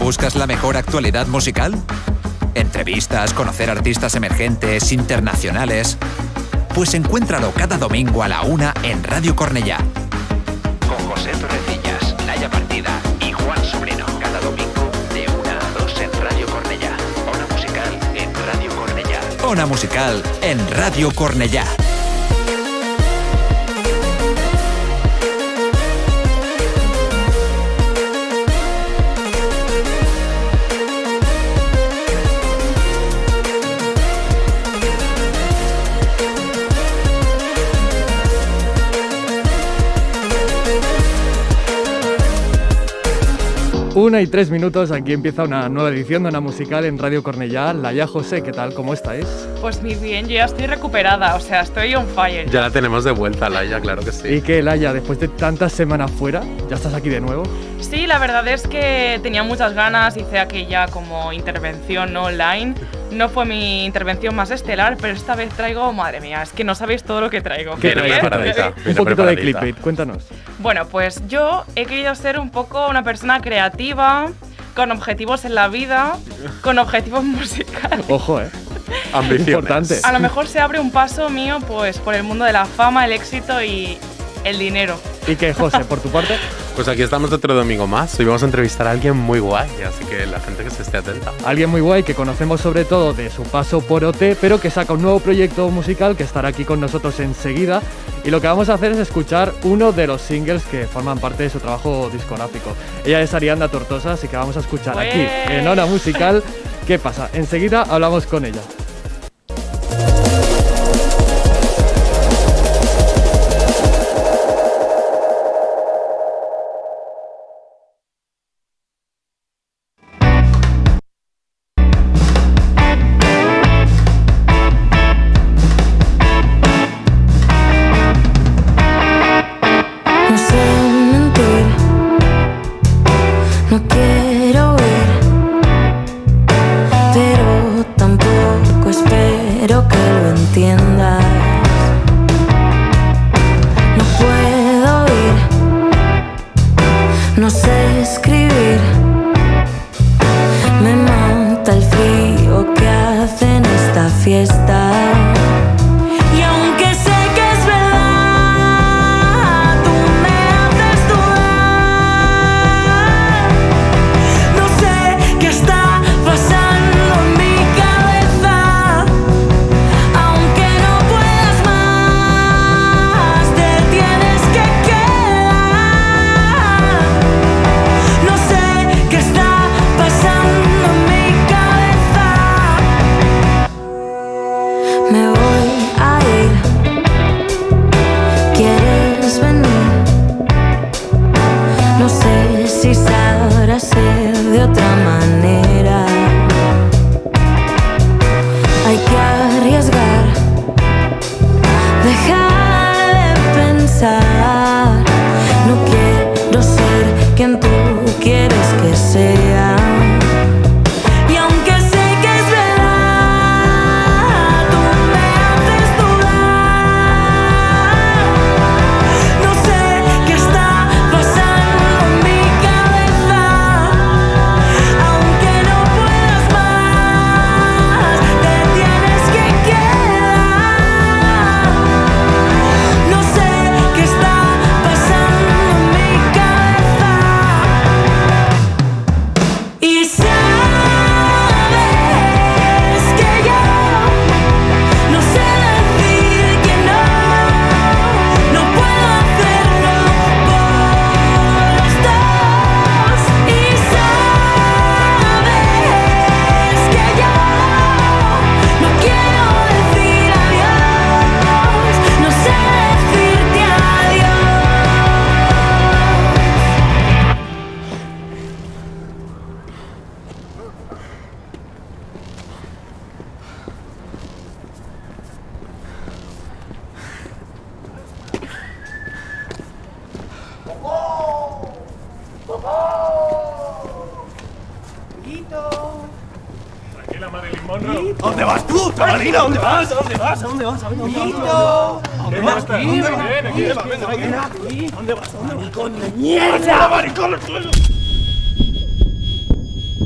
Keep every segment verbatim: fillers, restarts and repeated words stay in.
¿Buscas la mejor actualidad musical? ¿Entrevistas, conocer artistas emergentes, internacionales? Pues encuéntralo cada domingo a la una en Radio Cornellá. Con José Torrecillas, Laia Partida y Juan Sobrino. Cada domingo de una a dos en Radio Cornellá. Ona Musical en Radio Cornellá. Ona Musical en Radio Cornellá. Una y tres minutos, aquí empieza una nueva edición de Ona Musical en Radio Cornellá. Laia, José, ¿qué tal? ¿Cómo estáis? Pues muy bien, yo ya estoy recuperada, o sea, estoy on fire. Ya la tenemos de vuelta, Laia, claro que sí. ¿Y qué, Laia, después de tantas semanas fuera, ya estás aquí de nuevo? Sí, la verdad es que tenía muchas ganas, hice aquella como intervención, ¿no?, online. No fue mi intervención más estelar, pero esta vez traigo, madre mía, es que no sabéis todo lo que traigo. ¿Qué traes? Un poquito de clickbait, cuéntanos. Bueno, pues yo he querido ser un poco una persona creativa, con objetivos en la vida, con objetivos musicales. Ojo, eh. Ambiciones. Importante. A lo mejor se abre un paso mío, pues, por el mundo de la fama, el éxito y el dinero. ¿Y qué, José, por tu parte? Pues aquí estamos otro domingo más. Hoy vamos a entrevistar a alguien muy guay, así que la gente que se esté atenta. Alguien muy guay que conocemos sobre todo de su paso por O T, pero que saca un nuevo proyecto musical que estará aquí con nosotros enseguida. Y lo que vamos a hacer es escuchar uno de los singles que forman parte de su trabajo discográfico. Ella es Arianda Tortosa, así que vamos a escuchar ¡Ué! aquí en Ona Musical. ¿Qué pasa? Enseguida hablamos con ella. Tranquila, Marilyn Monroe. ¿A dónde vas tú, Tamarina? ¿A dónde vas? ¿A dónde vas? ¿A dónde vas? ¿A dónde vas? ¿A dónde vas? ¿A dónde vas? Ven aquí, ven aquí. ¿A dónde vas? ¿A dónde vas? ¡Maricón de mierda! ¡Maricón al suelo!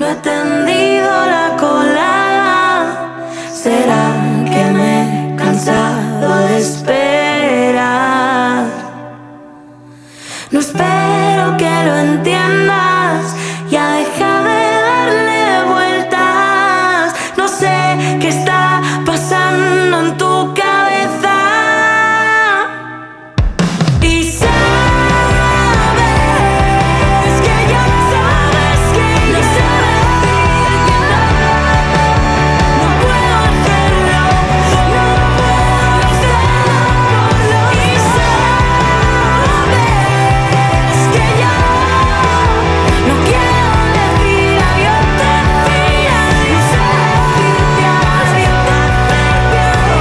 he tendido la cola. ¿Será que me he cansado de esperar? No espero que lo entiendas, ya deja de darle vueltas. No sé qué está pasando en tu cabeza. Y sabes que ya sabes que no sé decir que no. No puedo hacerlo, no puedo hacerlo. Y sabes que ya no quiero decir adiós, decir adiós, decirte adiós, decirte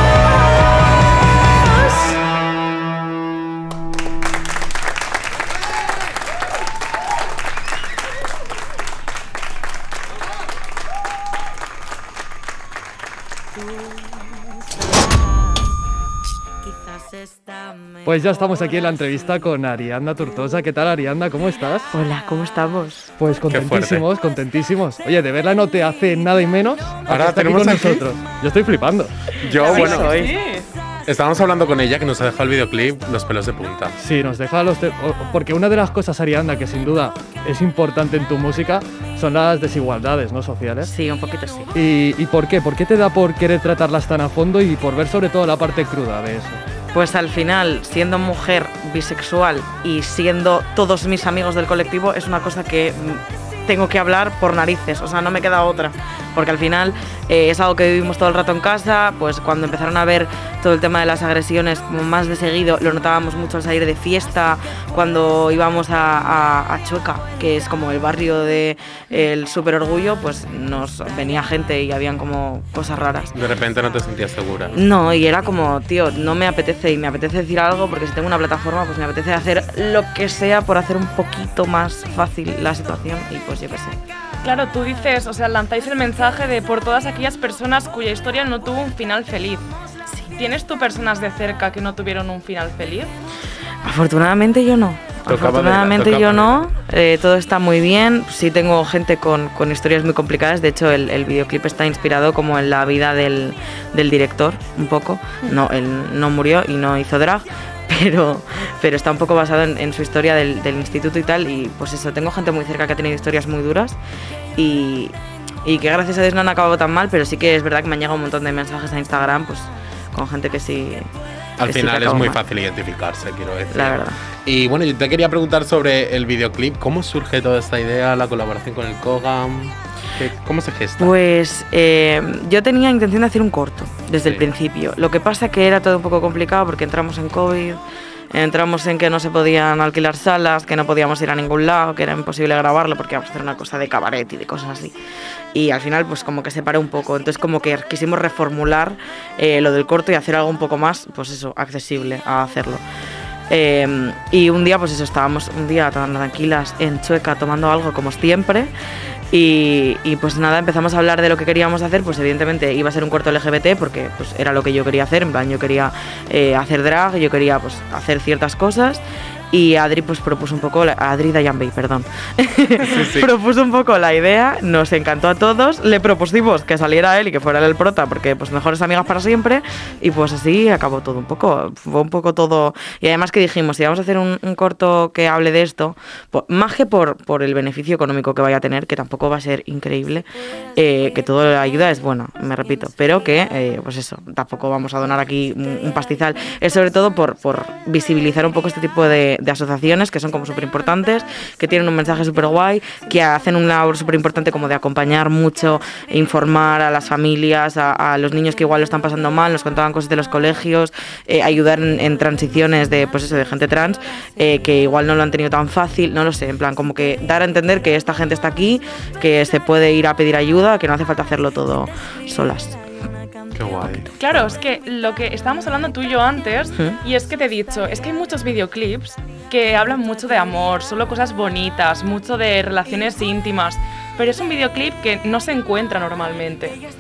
Pues ya estamos aquí en la entrevista con Ariadna Tortosa. ¿Qué tal, Ariadna? ¿Cómo estás? Hola, ¿cómo estamos? Pues contentísimos, contentísimos. Oye, de verla no te hace nada y menos. Ahora está aquí tenemos con aquí. nosotros. Yo estoy flipando. Yo, Sí, bueno, sí. estábamos hablando con ella que nos ha dejado el videoclip los pelos de punta. Sí, nos deja los... te- o- Porque una de las cosas, Ariadna, que sin duda es importante en tu música son las desigualdades, ¿no? Sociales. Sí, un poquito sí. ¿Y, ¿Y por qué? ¿Por qué te da por querer tratarlas tan a fondo y por ver sobre todo la parte cruda de eso? Pues al final, siendo mujer bisexual y siendo todos mis amigos del colectivo, es una cosa que mm, tengo que hablar por narices, o sea, no me queda otra. Porque al final eh, es algo que vivimos todo el rato en casa, pues cuando empezaron a ver todo el tema de las agresiones como más de seguido, lo notábamos mucho al salir de fiesta, cuando íbamos a, a, a Chueca, que es como el barrio de el Super Orgullo, pues nos venía gente y habían como cosas raras. De repente no te sentías segura. No, y era como, tío, no me apetece y me apetece decir algo porque si tengo una plataforma, pues me apetece hacer lo que sea por hacer un poquito más fácil la situación y pues yo qué sé. Claro, tú dices, o sea, lanzáis el mensaje de por todas aquellas personas cuya historia no tuvo un final feliz. ¿Tienes tú personas de cerca que no tuvieron un final feliz? Afortunadamente yo no. Toca Afortunadamente madera, yo toca no. Eh, todo está muy bien. Sí tengo gente con, con historias muy complicadas. De hecho, el, el videoclip está inspirado como en la vida del, del director, un poco. No, él no murió y no hizo drag. Pero, pero está un poco basado en, en su historia del, del instituto y tal. Y pues eso, tengo gente muy cerca que ha tenido historias muy duras. Y, y que gracias a Dios no han acabado tan mal. Pero sí que es verdad que me han llegado un montón de mensajes a Instagram pues con gente que sí. Al que sí que final es acabó muy mal. fácil identificarse, quiero decir. La verdad. Y bueno, yo te quería preguntar sobre el videoclip. ¿Cómo surge toda esta idea, la colaboración con el Kogam? ¿Qué- ¿Cómo se gesta? Pues eh, yo tenía intención de hacer un corto desde el Sí. principio. Lo que pasa que era todo un poco complicado porque entramos en COVID, entramos en que no se podían alquilar salas, que no podíamos ir a ningún lado, que era imposible grabarlo porque íbamos a hacer una cosa de cabaret y de cosas así. Y al final pues como que se paró un poco. Entonces como que quisimos reformular eh, lo del corto y hacer algo un poco más, pues eso, accesible a hacerlo. Eh, y un día, pues eso, estábamos un día tan tranquilas en Chueca tomando algo como siempre. Y, y pues nada, empezamos a hablar de lo que queríamos hacer. Pues evidentemente iba a ser un corto L G B T porque pues era lo que yo quería hacer. En plan, yo quería eh, hacer drag, yo quería pues hacer ciertas cosas. Y Adri pues propuso un poco, la, Adri Dayanbey, perdón, sí. propuso un poco la idea, nos encantó a todos, le propusimos que saliera él y que fuera él el prota, porque pues mejores amigas para siempre, y pues así acabó todo un poco, fue un poco todo, y además que dijimos, si vamos a hacer un, un corto que hable de esto, pues, más que por, por el beneficio económico que vaya a tener, que tampoco va a ser increíble, eh, que toda la ayuda es buena, me repito, pero que, eh, pues eso, tampoco vamos a donar aquí un, un pastizal, es sobre todo por, por visibilizar un poco este tipo de de asociaciones que son como súper importantes, que tienen un mensaje súper guay, que hacen una labor súper importante como de acompañar mucho, e informar a las familias, a, a los niños que igual lo están pasando mal, nos contaban cosas de los colegios, eh, ayudar en, en transiciones de, pues eso, de gente trans, eh, que igual no lo han tenido tan fácil, no lo sé, en plan como que dar a entender que esta gente está aquí, que se puede ir a pedir ayuda, que no hace falta hacerlo todo solas. Qué guay. Claro, es que lo que estábamos hablando tú y yo antes, ¿Sí? y es que te he dicho, es que hay muchos videoclips que hablan mucho de amor, solo cosas bonitas, mucho de relaciones íntimas, pero es un videoclip que no se encuentra normalmente.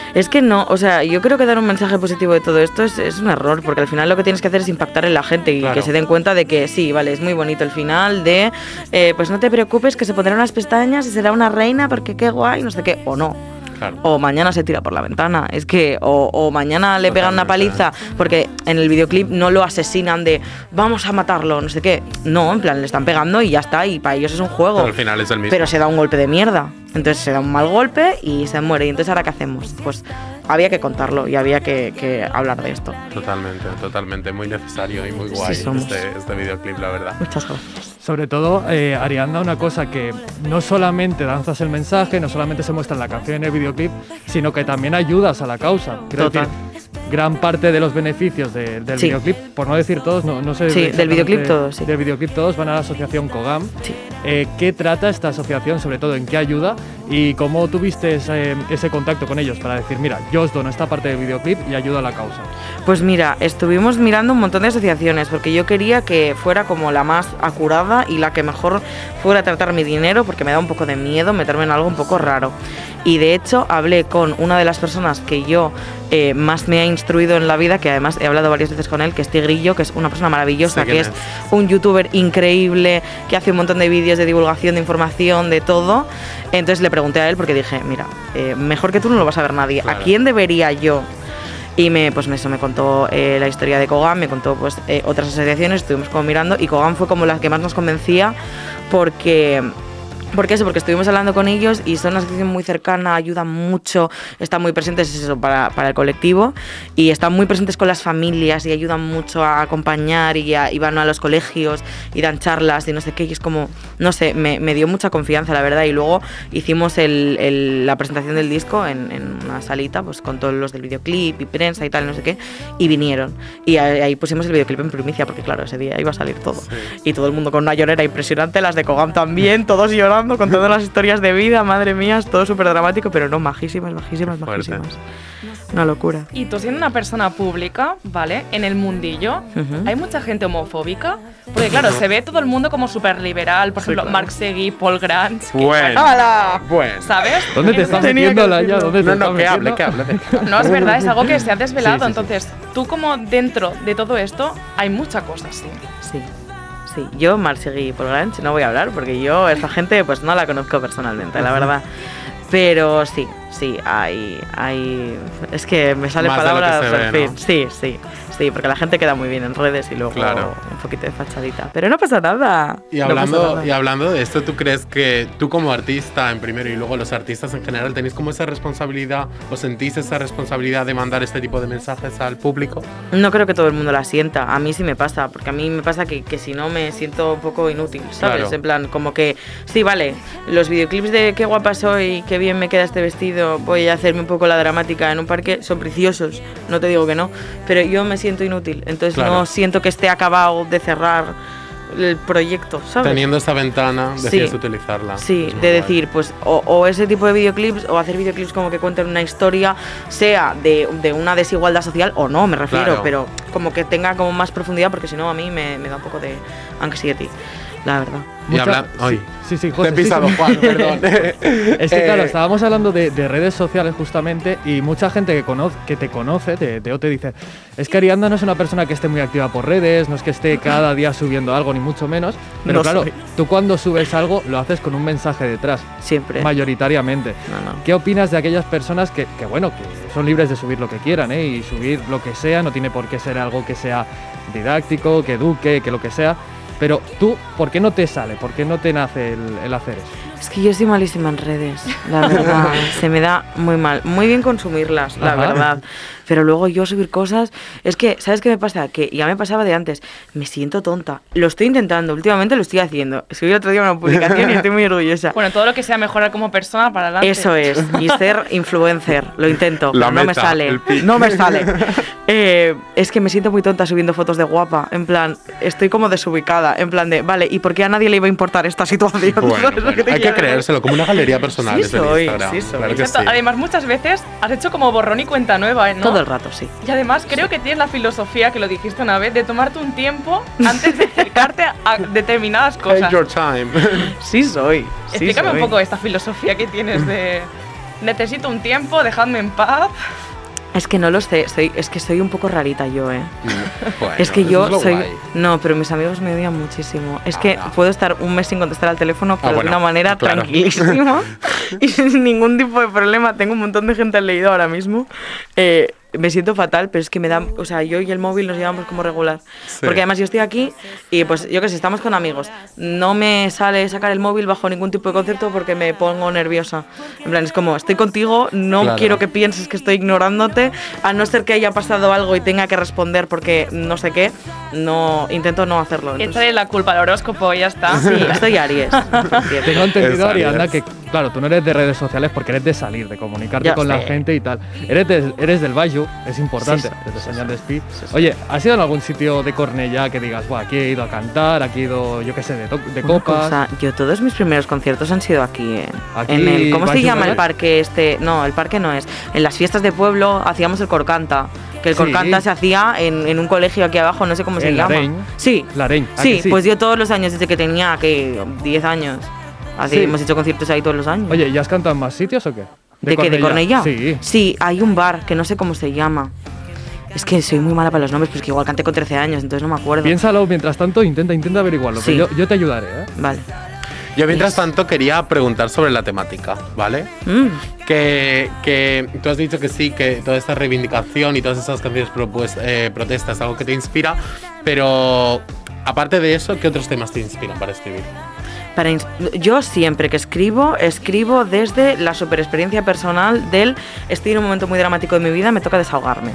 Es que no, o sea, yo creo que dar un mensaje positivo de todo esto es, es un error, porque al final lo que tienes que hacer es impactar en la gente y Claro. que se den cuenta de que sí, vale, es muy bonito el final de, eh, pues no te preocupes que se pondrán unas pestañas y será una reina porque qué guay, no sé qué, o no. Claro. O mañana se tira por la ventana. Es que, o, o mañana le pegan una Totalmente. paliza, porque en el videoclip no lo asesinan de vamos a matarlo, no sé qué. No, en plan, le están pegando y ya está, y para ellos es un juego. Pero al final es el mismo. Pero se da un golpe de mierda. Entonces se da un mal golpe y se muere. Y entonces, ¿ahora qué hacemos? Pues había que contarlo y había que, que hablar de esto. Totalmente, totalmente. Muy necesario y muy guay somos. este, este videoclip, la verdad. Muchas gracias. Sobre todo, eh, Ariadna, una cosa que no solamente lanzas el mensaje, no solamente se muestra en la canción y en el videoclip, sino que también ayudas a la causa. Quiero Total. decir, gran parte de los beneficios de- del Sí. videoclip, por no decir todos, no, no sé. Sí, del exactamente- videoclip todos, sí. Del videoclip todos van a la asociación COGAM. Sí. Eh, ¿Qué trata esta asociación, sobre todo en qué ayuda y cómo tuviste ese, ese contacto con ellos para decir, mira, yo os dono esta parte del videoclip y ayudo a la causa? Pues mira, estuvimos mirando un montón de asociaciones porque yo quería que fuera como la más acurada y la que mejor fuera a tratar mi dinero, porque me da un poco de miedo meterme en algo un poco raro. Y de hecho hablé con una de las personas que yo eh, más me ha instruido en la vida, que además he hablado varias veces con él, que es Tigrillo, que es una persona maravillosa, Sé que quién es es. un youtuber increíble, que hace un montón de vídeos de divulgación, de información, de todo. Entonces le pregunté a él porque dije, mira, eh, mejor que tú no lo vas a ver nadie. Claro. ¿A quién debería yo? Y me, pues eso, me contó eh, la historia de Kogan, me contó pues eh, otras asociaciones, estuvimos como mirando y Kogan fue como la que más nos convencía porque... ¿Por qué eso? Porque estuvimos hablando con ellos y son una asociación muy cercana, ayudan mucho, están muy presentes es eso, para, para el colectivo y están muy presentes con las familias y ayudan mucho a acompañar y, a- y van a los colegios y dan charlas y no sé qué. Y es como, no sé, me, me dio mucha confianza, la verdad. Y luego hicimos el- el- la presentación del disco en, en una salita pues con todos los del videoclip y prensa y tal, no sé qué, y vinieron. Y ahí, ahí pusimos el videoclip en primicia porque claro, ese día iba a salir todo. Y todo el mundo con una llorera impresionante, las de Kogan también, todos llorando, contando las historias de vida, madre mía, es todo súper dramático, pero no, majísimas, majísimas, Fuerte. majísimas. Una locura. Y tú siendo una persona pública, ¿vale? En el mundillo, Ujú. ¿hay mucha gente homofóbica? Porque claro, se ve todo el mundo como súper liberal, por Sí, ejemplo, claro. Mark Seguí, Paul Grant, que- Bueno. ¡Hala! Bueno. ¿sabes? ¿Dónde te estás Tenía que metiendo, Laia? decirlo. ¿Dónde te No, estás no, que hable, metiendo? que hable. No, es verdad, es algo que se ha desvelado. Sí, sí, sí. Entonces, tú como dentro de todo esto, hay mucha cosa así. Sí, sí. Yo, Marcegui y Paul Grange, no voy a hablar porque yo, esta gente, pues no la conozco personalmente, la verdad. Pero sí, sí, hay. hay es que me salen Más de lo que palabras, se ve, en fin. ¿no? Sí, sí, sí, porque la gente queda muy bien en redes y luego Claro. un poquito de fachadita. Pero no pasa nada. Y no pasa hablando, nada. y hablando de esto, ¿tú crees que tú como artista en primero y luego los artistas en general tenéis como esa responsabilidad o sentís esa responsabilidad de mandar este tipo de mensajes al público? No creo que todo el mundo la sienta. A mí sí me pasa, porque a mí me pasa que, que si no me siento un poco inútil, ¿sabes? Claro. En plan, como que, sí, vale, los videoclips de qué guapa soy, qué bien me queda este vestido, voy a hacerme un poco la dramática en un parque, son preciosos, no te digo que no, pero yo me siento inútil, entonces Claro. no siento que esté acabado de cerrar el proyecto, ¿sabes? Teniendo esa ventana, Sí. decides utilizarla. Sí, Es muy de guay. decir, pues, o, o ese tipo de videoclips, o hacer videoclips como que cuenten una historia, sea de, de una desigualdad social o no, me refiero, Claro. pero como que tenga como más profundidad, porque si no a mí me, me da un poco de anxiety, la verdad. Y Mucha- habla- ay, Sí, sí, sí, Te José, he sí, pisado, sí. Juan, perdón. Es que claro, Eh, estábamos hablando de, de redes sociales justamente y mucha gente que, conoce, que te conoce, te, te, o te dice, es que Ariadna no es una persona que esté muy activa por redes, no es que esté cada día subiendo algo, ni mucho menos, pero No claro, soy. tú cuando subes algo lo haces con un mensaje detrás, Siempre. mayoritariamente. No, no. ¿Qué opinas de aquellas personas que, que, bueno, que son libres de subir lo que quieran, ¿eh? Y subir lo que sea, no tiene por qué ser algo que sea didáctico, que eduque, que lo que sea, pero tú, ¿por qué no te sale? ¿Por qué no te nace el, el hacer eso? Es que yo soy malísima en redes, la verdad. Se me da muy mal. Muy bien consumirlas, la Ajá. verdad. Pero luego yo subir cosas. Es que, ¿sabes qué me pasa? Que ya me pasaba de antes. Me siento tonta. Lo estoy intentando, últimamente lo estoy haciendo. Escribí el otro día una publicación y estoy muy orgullosa. Bueno, todo lo que sea mejorar como persona para adelante. Eso es, y ser influencer, lo intento, La pero no me meta, sale, el pic. no me sale. Eh, es que me siento muy tonta subiendo fotos de guapa, en plan, estoy como desubicada, en plan de, vale, ¿y por qué a nadie le iba a importar esta situación? Bueno, ¿Sabes lo bueno, que te hay que quiero decir? creérselo como una galería personal Sí desde el soy, Instagram. sí soy. Claro que Exacto. sí. Además, muchas veces has hecho como borrón y cuenta nueva, ¿eh? ¿no? Todo el rato, sí. Y además creo que tienes la filosofía, que lo dijiste una vez, de tomarte un tiempo antes de acercarte a determinadas Take cosas. your time. Sí soy. sí Explícame soy. un poco esta filosofía que tienes de... necesito un tiempo, dejadme en paz. Es que no lo sé, soy, es que soy un poco rarita yo, ¿eh? Bueno, es que eso yo es lo soy... guay. No, pero mis amigos me odian muchísimo. Es Ah, que no. puedo estar un mes sin contestar al teléfono, pero bueno, de una manera claro. tranquilísima y sin ningún tipo de problema. Tengo un montón de gente al leído ahora mismo. Eh, me siento fatal, pero es que me da... O sea, yo y el móvil nos llevamos como regular. Sí. Porque además yo estoy aquí y pues yo que sé, estamos con amigos. No me sale sacar el móvil bajo ningún tipo de concepto porque me pongo nerviosa. En plan, es como, estoy contigo, no Claro. quiero que pienses que estoy ignorándote, a no ser que haya pasado algo y tenga que responder porque no sé qué, no intento no hacerlo. Entonces, Échale la culpa al horóscopo y ya está. sí, estoy Aries. Tengo entendido, Esa, Ariadna, yes. que claro, tú no eres de redes sociales porque eres de salir, de comunicarte Ya con la sé. gente y tal. Eres, de- eres del Baixo, es importante, Sí, sí, desde sí, Señal sí. de Speed. Oye, ¿has ido en algún sitio de Cornellá que digas, Buah, aquí he ido a cantar, aquí he ido, yo qué sé, de, to- de Una copas? cosa, yo todos mis primeros conciertos han sido aquí, ¿eh? Aquí, En el, ¿cómo se Baixo llama el Gallec? parque este? No, el parque no es. En las fiestas de pueblo hacíamos el Corcanta. Que el Sí. Corcanta se hacía en, en un colegio aquí abajo, no sé cómo se En llama. Lareñ. Sí, Lareñ, ¿a sí, que sí? pues yo todos los años, desde que tenía que diez años. Así Sí. hemos hecho conciertos ahí todos los años. Oye, ¿y has cantado en más sitios o qué? ¿De qué? ¿De Cornellá? Sí. Sí, hay un bar que no sé cómo se llama. Es que soy muy mala para los nombres, pues que igual canté con trece años, entonces no me acuerdo. Piénsalo, mientras tanto, intenta, intenta averiguarlo, Sí. pero yo, yo te ayudaré, ¿eh? Vale. Yo mientras tanto quería preguntar sobre la temática, ¿vale? Mm. Que, que tú has dicho que sí, que toda esta reivindicación y todas esas canciones propuest- eh, protestas es algo que te inspira, pero aparte de eso, ¿qué otros temas te inspiran para escribir? Para ins- yo siempre que escribo, escribo desde la super experiencia personal del estoy en un momento muy dramático de mi vida, me toca desahogarme.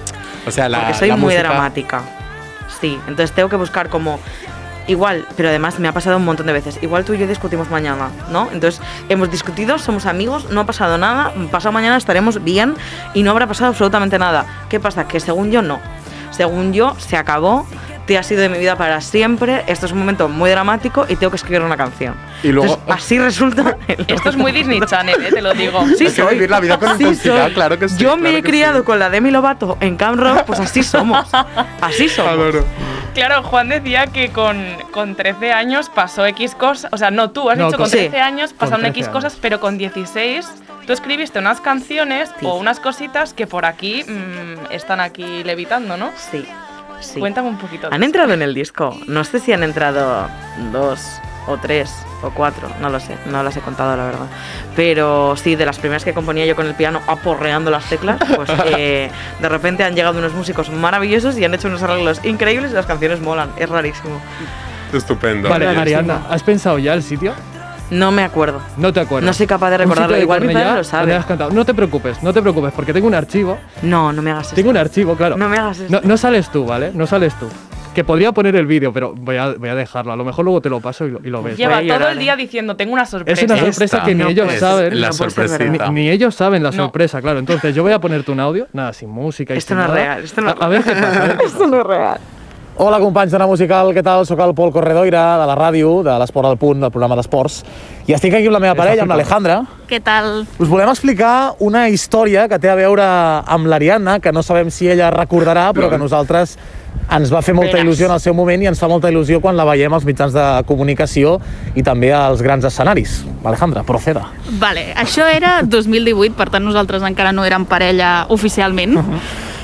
O sea, la, porque soy la muy música- dramática. Sí, entonces tengo que buscar como igual, pero además me ha pasado un montón de veces. Igual tú y yo discutimos mañana, ¿no? Entonces hemos discutido, somos amigos, no ha pasado nada, pasado mañana estaremos bien y no habrá pasado absolutamente nada. ¿Qué pasa? Que según yo no. Según yo se acabó, te has ido de mi vida para siempre, esto es un momento muy dramático y tengo que escribir una canción. Y luego- Entonces, así resulta. Esto es muy Disney Channel, eh, te lo digo. Sí, Hay que soy. vivir la vida con Sí, intensidad, soy. claro que sí, Yo me claro he que criado sí. con la Demi Lovato en Camp Rock, pues así somos. Así somos. Adoro. Claro, Juan decía que con, con trece años pasó X cosas. O sea, no, tú has No, dicho con- con trece Sí. años pasaron trece X años. cosas, pero con dieciséis tú escribiste unas canciones Sí. o unas cositas que por aquí mm, están aquí levitando, ¿no? Sí. Sí. Cuéntame un poquito. de Han eso. entrado en el disco. No sé si han entrado dos o tres o cuatro, no lo sé, no las he contado la verdad. Pero sí, de las primeras que componía yo con el piano aporreando las teclas, pues eh, de repente han llegado unos músicos maravillosos y han hecho unos arreglos increíbles y las canciones molan. Es rarísimo. Estupendo. Vale, Claro, Ariadna, ¿has pensado ya el sitio? No me acuerdo. No te acuerdas. No soy capaz de Un recordarlo. sitio de Igual mi Cornellá padre lo donde sabe. has cantado. No te preocupes, no te preocupes, porque tengo un archivo. No, no me hagas eso. Tengo un archivo, claro. No me hagas eso. No, no sales tú, ¿vale? No sales tú. Que podría poner el vídeo, pero voy a, voy a dejarlo. A lo mejor luego te lo paso y lo, y lo ves. Lleva Voy a todo llorar, el eh. día diciendo, tengo una sorpresa. Es una sorpresa Esta que ni no ellos puede saben. es la no puede ser Ni, sorpresita. ni ellos saben la No. sorpresa, claro. Entonces yo voy a ponerte un audio, nada, sin música y Esto sin no es nada. real, esto no es a, a ver qué pasa. a ver qué Esto no es real. Hola, companys d'Ona Musical, què tal? Soc el Pol Corredoira, de la ràdio, de l'Esport al Punt, del programa d'esports. I estic aquí amb la meva parella, amb l'Alejandra. Què tal? Us volem explicar una història que té a veure amb l'Ariadna, que no sabem si ella recordarà, però que a nosaltres ens va fer molta Veràs. il·lusió en el seu moment i ens fa molta il·lusió quan la veiem als mitjans de comunicació i també als grans escenaris. Alejandra, proceda. Vale, això era dos mil divuit, per tant nosaltres encara no érem parella oficialment. Uh -huh.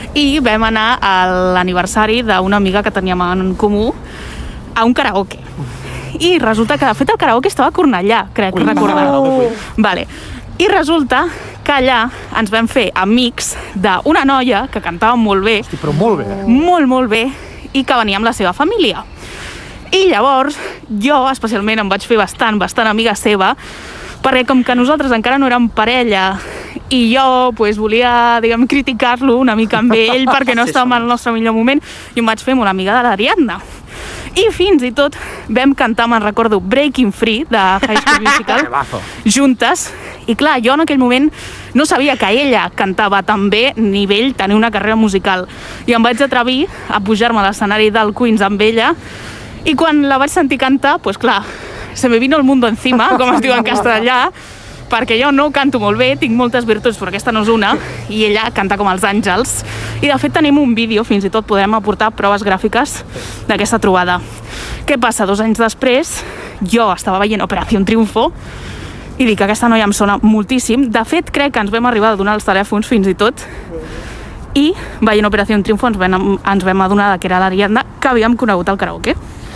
I vam anar a l'aniversari d'una amiga que teníem en comú a un karaoke. I resulta que, de fet, el karaoke estava a Cornellà, crec recordar. Vale. I resulta que allà ens vam fer amics d'una noia que cantava molt bé, Hosti, però molt bé. molt, molt bé, i que venia amb la seva família. I llavors, jo especialment em vaig fer bastant, bastant amiga seva, perquè com que nosaltres encara no érem parella i jo pues, volia, diguem, criticar-lo una mica amb ell perquè no Sí, estàvem en el nostre millor moment, i em vaig fer molt amiga de l'Ariadna. I fins i tot vam cantar, me'n recordo, Breaking Free, de High School Musical, juntes. I clar, jo en aquell moment no sabia que ella cantava tan bé ni ell tenia una carrera musical. I em vaig atrevir a pujar-me a l'escenari del Queens amb ella i quan la vaig sentir cantar, pues clar, se me vino el mundo encima, com es diu en castellà, perquè jo no canto molt bé, tinc moltes virtuts, però aquesta no és una, i ella canta com els àngels. I de fet tenim un vídeo, fins i tot podem aportar proves gràfiques d'aquesta trobada. Què passa? Dos anys després, jo estava veient Operación Triunfo i dic que aquesta noia em sona moltíssim. De fet, crec que ens vam arribar a donar els telèfons fins i tot, i veient Operació Triunfo ens vam, ens vam adonar que era l'Ariadna, que havíem conegut al karaoke.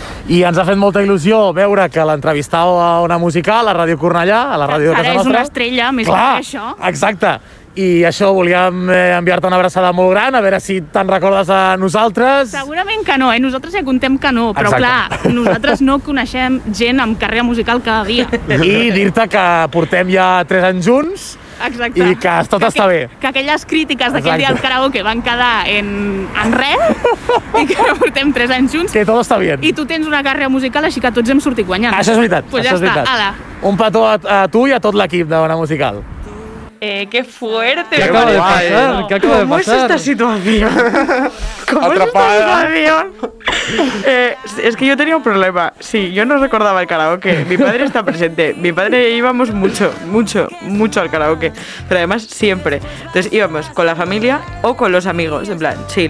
I ens ha fet molta il·lusió veure que l'entrevistàveu a una musical, a Ràdio Cornellà, a la ràdio de casa Ara és nostra. una estrella, més Clar, que això. Exacte. I això, volíem eh, enviar-te una abraçada molt gran, a veure si te'n recordes a nosaltres. Segurament que no, eh? Nosaltres ja contem que no, però Exacte. clar, nosaltres no coneixem gent amb carrera musical cada dia. I dir-te que portem ja tres anys junts. Exacte. I que tot que està bé. Que aquelles crítiques d'aquell Exacte. dia al karaoke van quedar en, en res i que portem tres anys junts. Que tot està bé. I tu tens una carrera musical, així que tots hem sortit guanyant. Això és veritat, pues això ja és està, veritat. ala. Un petó a, a tu i a tot l'equip de Ona Musical. Eh, qué fuerte. ¿Qué me acaba de parece. pasar? ¿Qué acaba de ¿Cómo es pasar? esta situación? ¿Cómo Atrapada. es esta situación? Eh, es que yo tenía un problema. Sí, yo no recordaba el karaoke. Mi padre está presente. Mi padre y yo íbamos mucho, mucho, mucho al karaoke. Pero además siempre. Entonces íbamos con la familia o con los amigos, en plan, chill.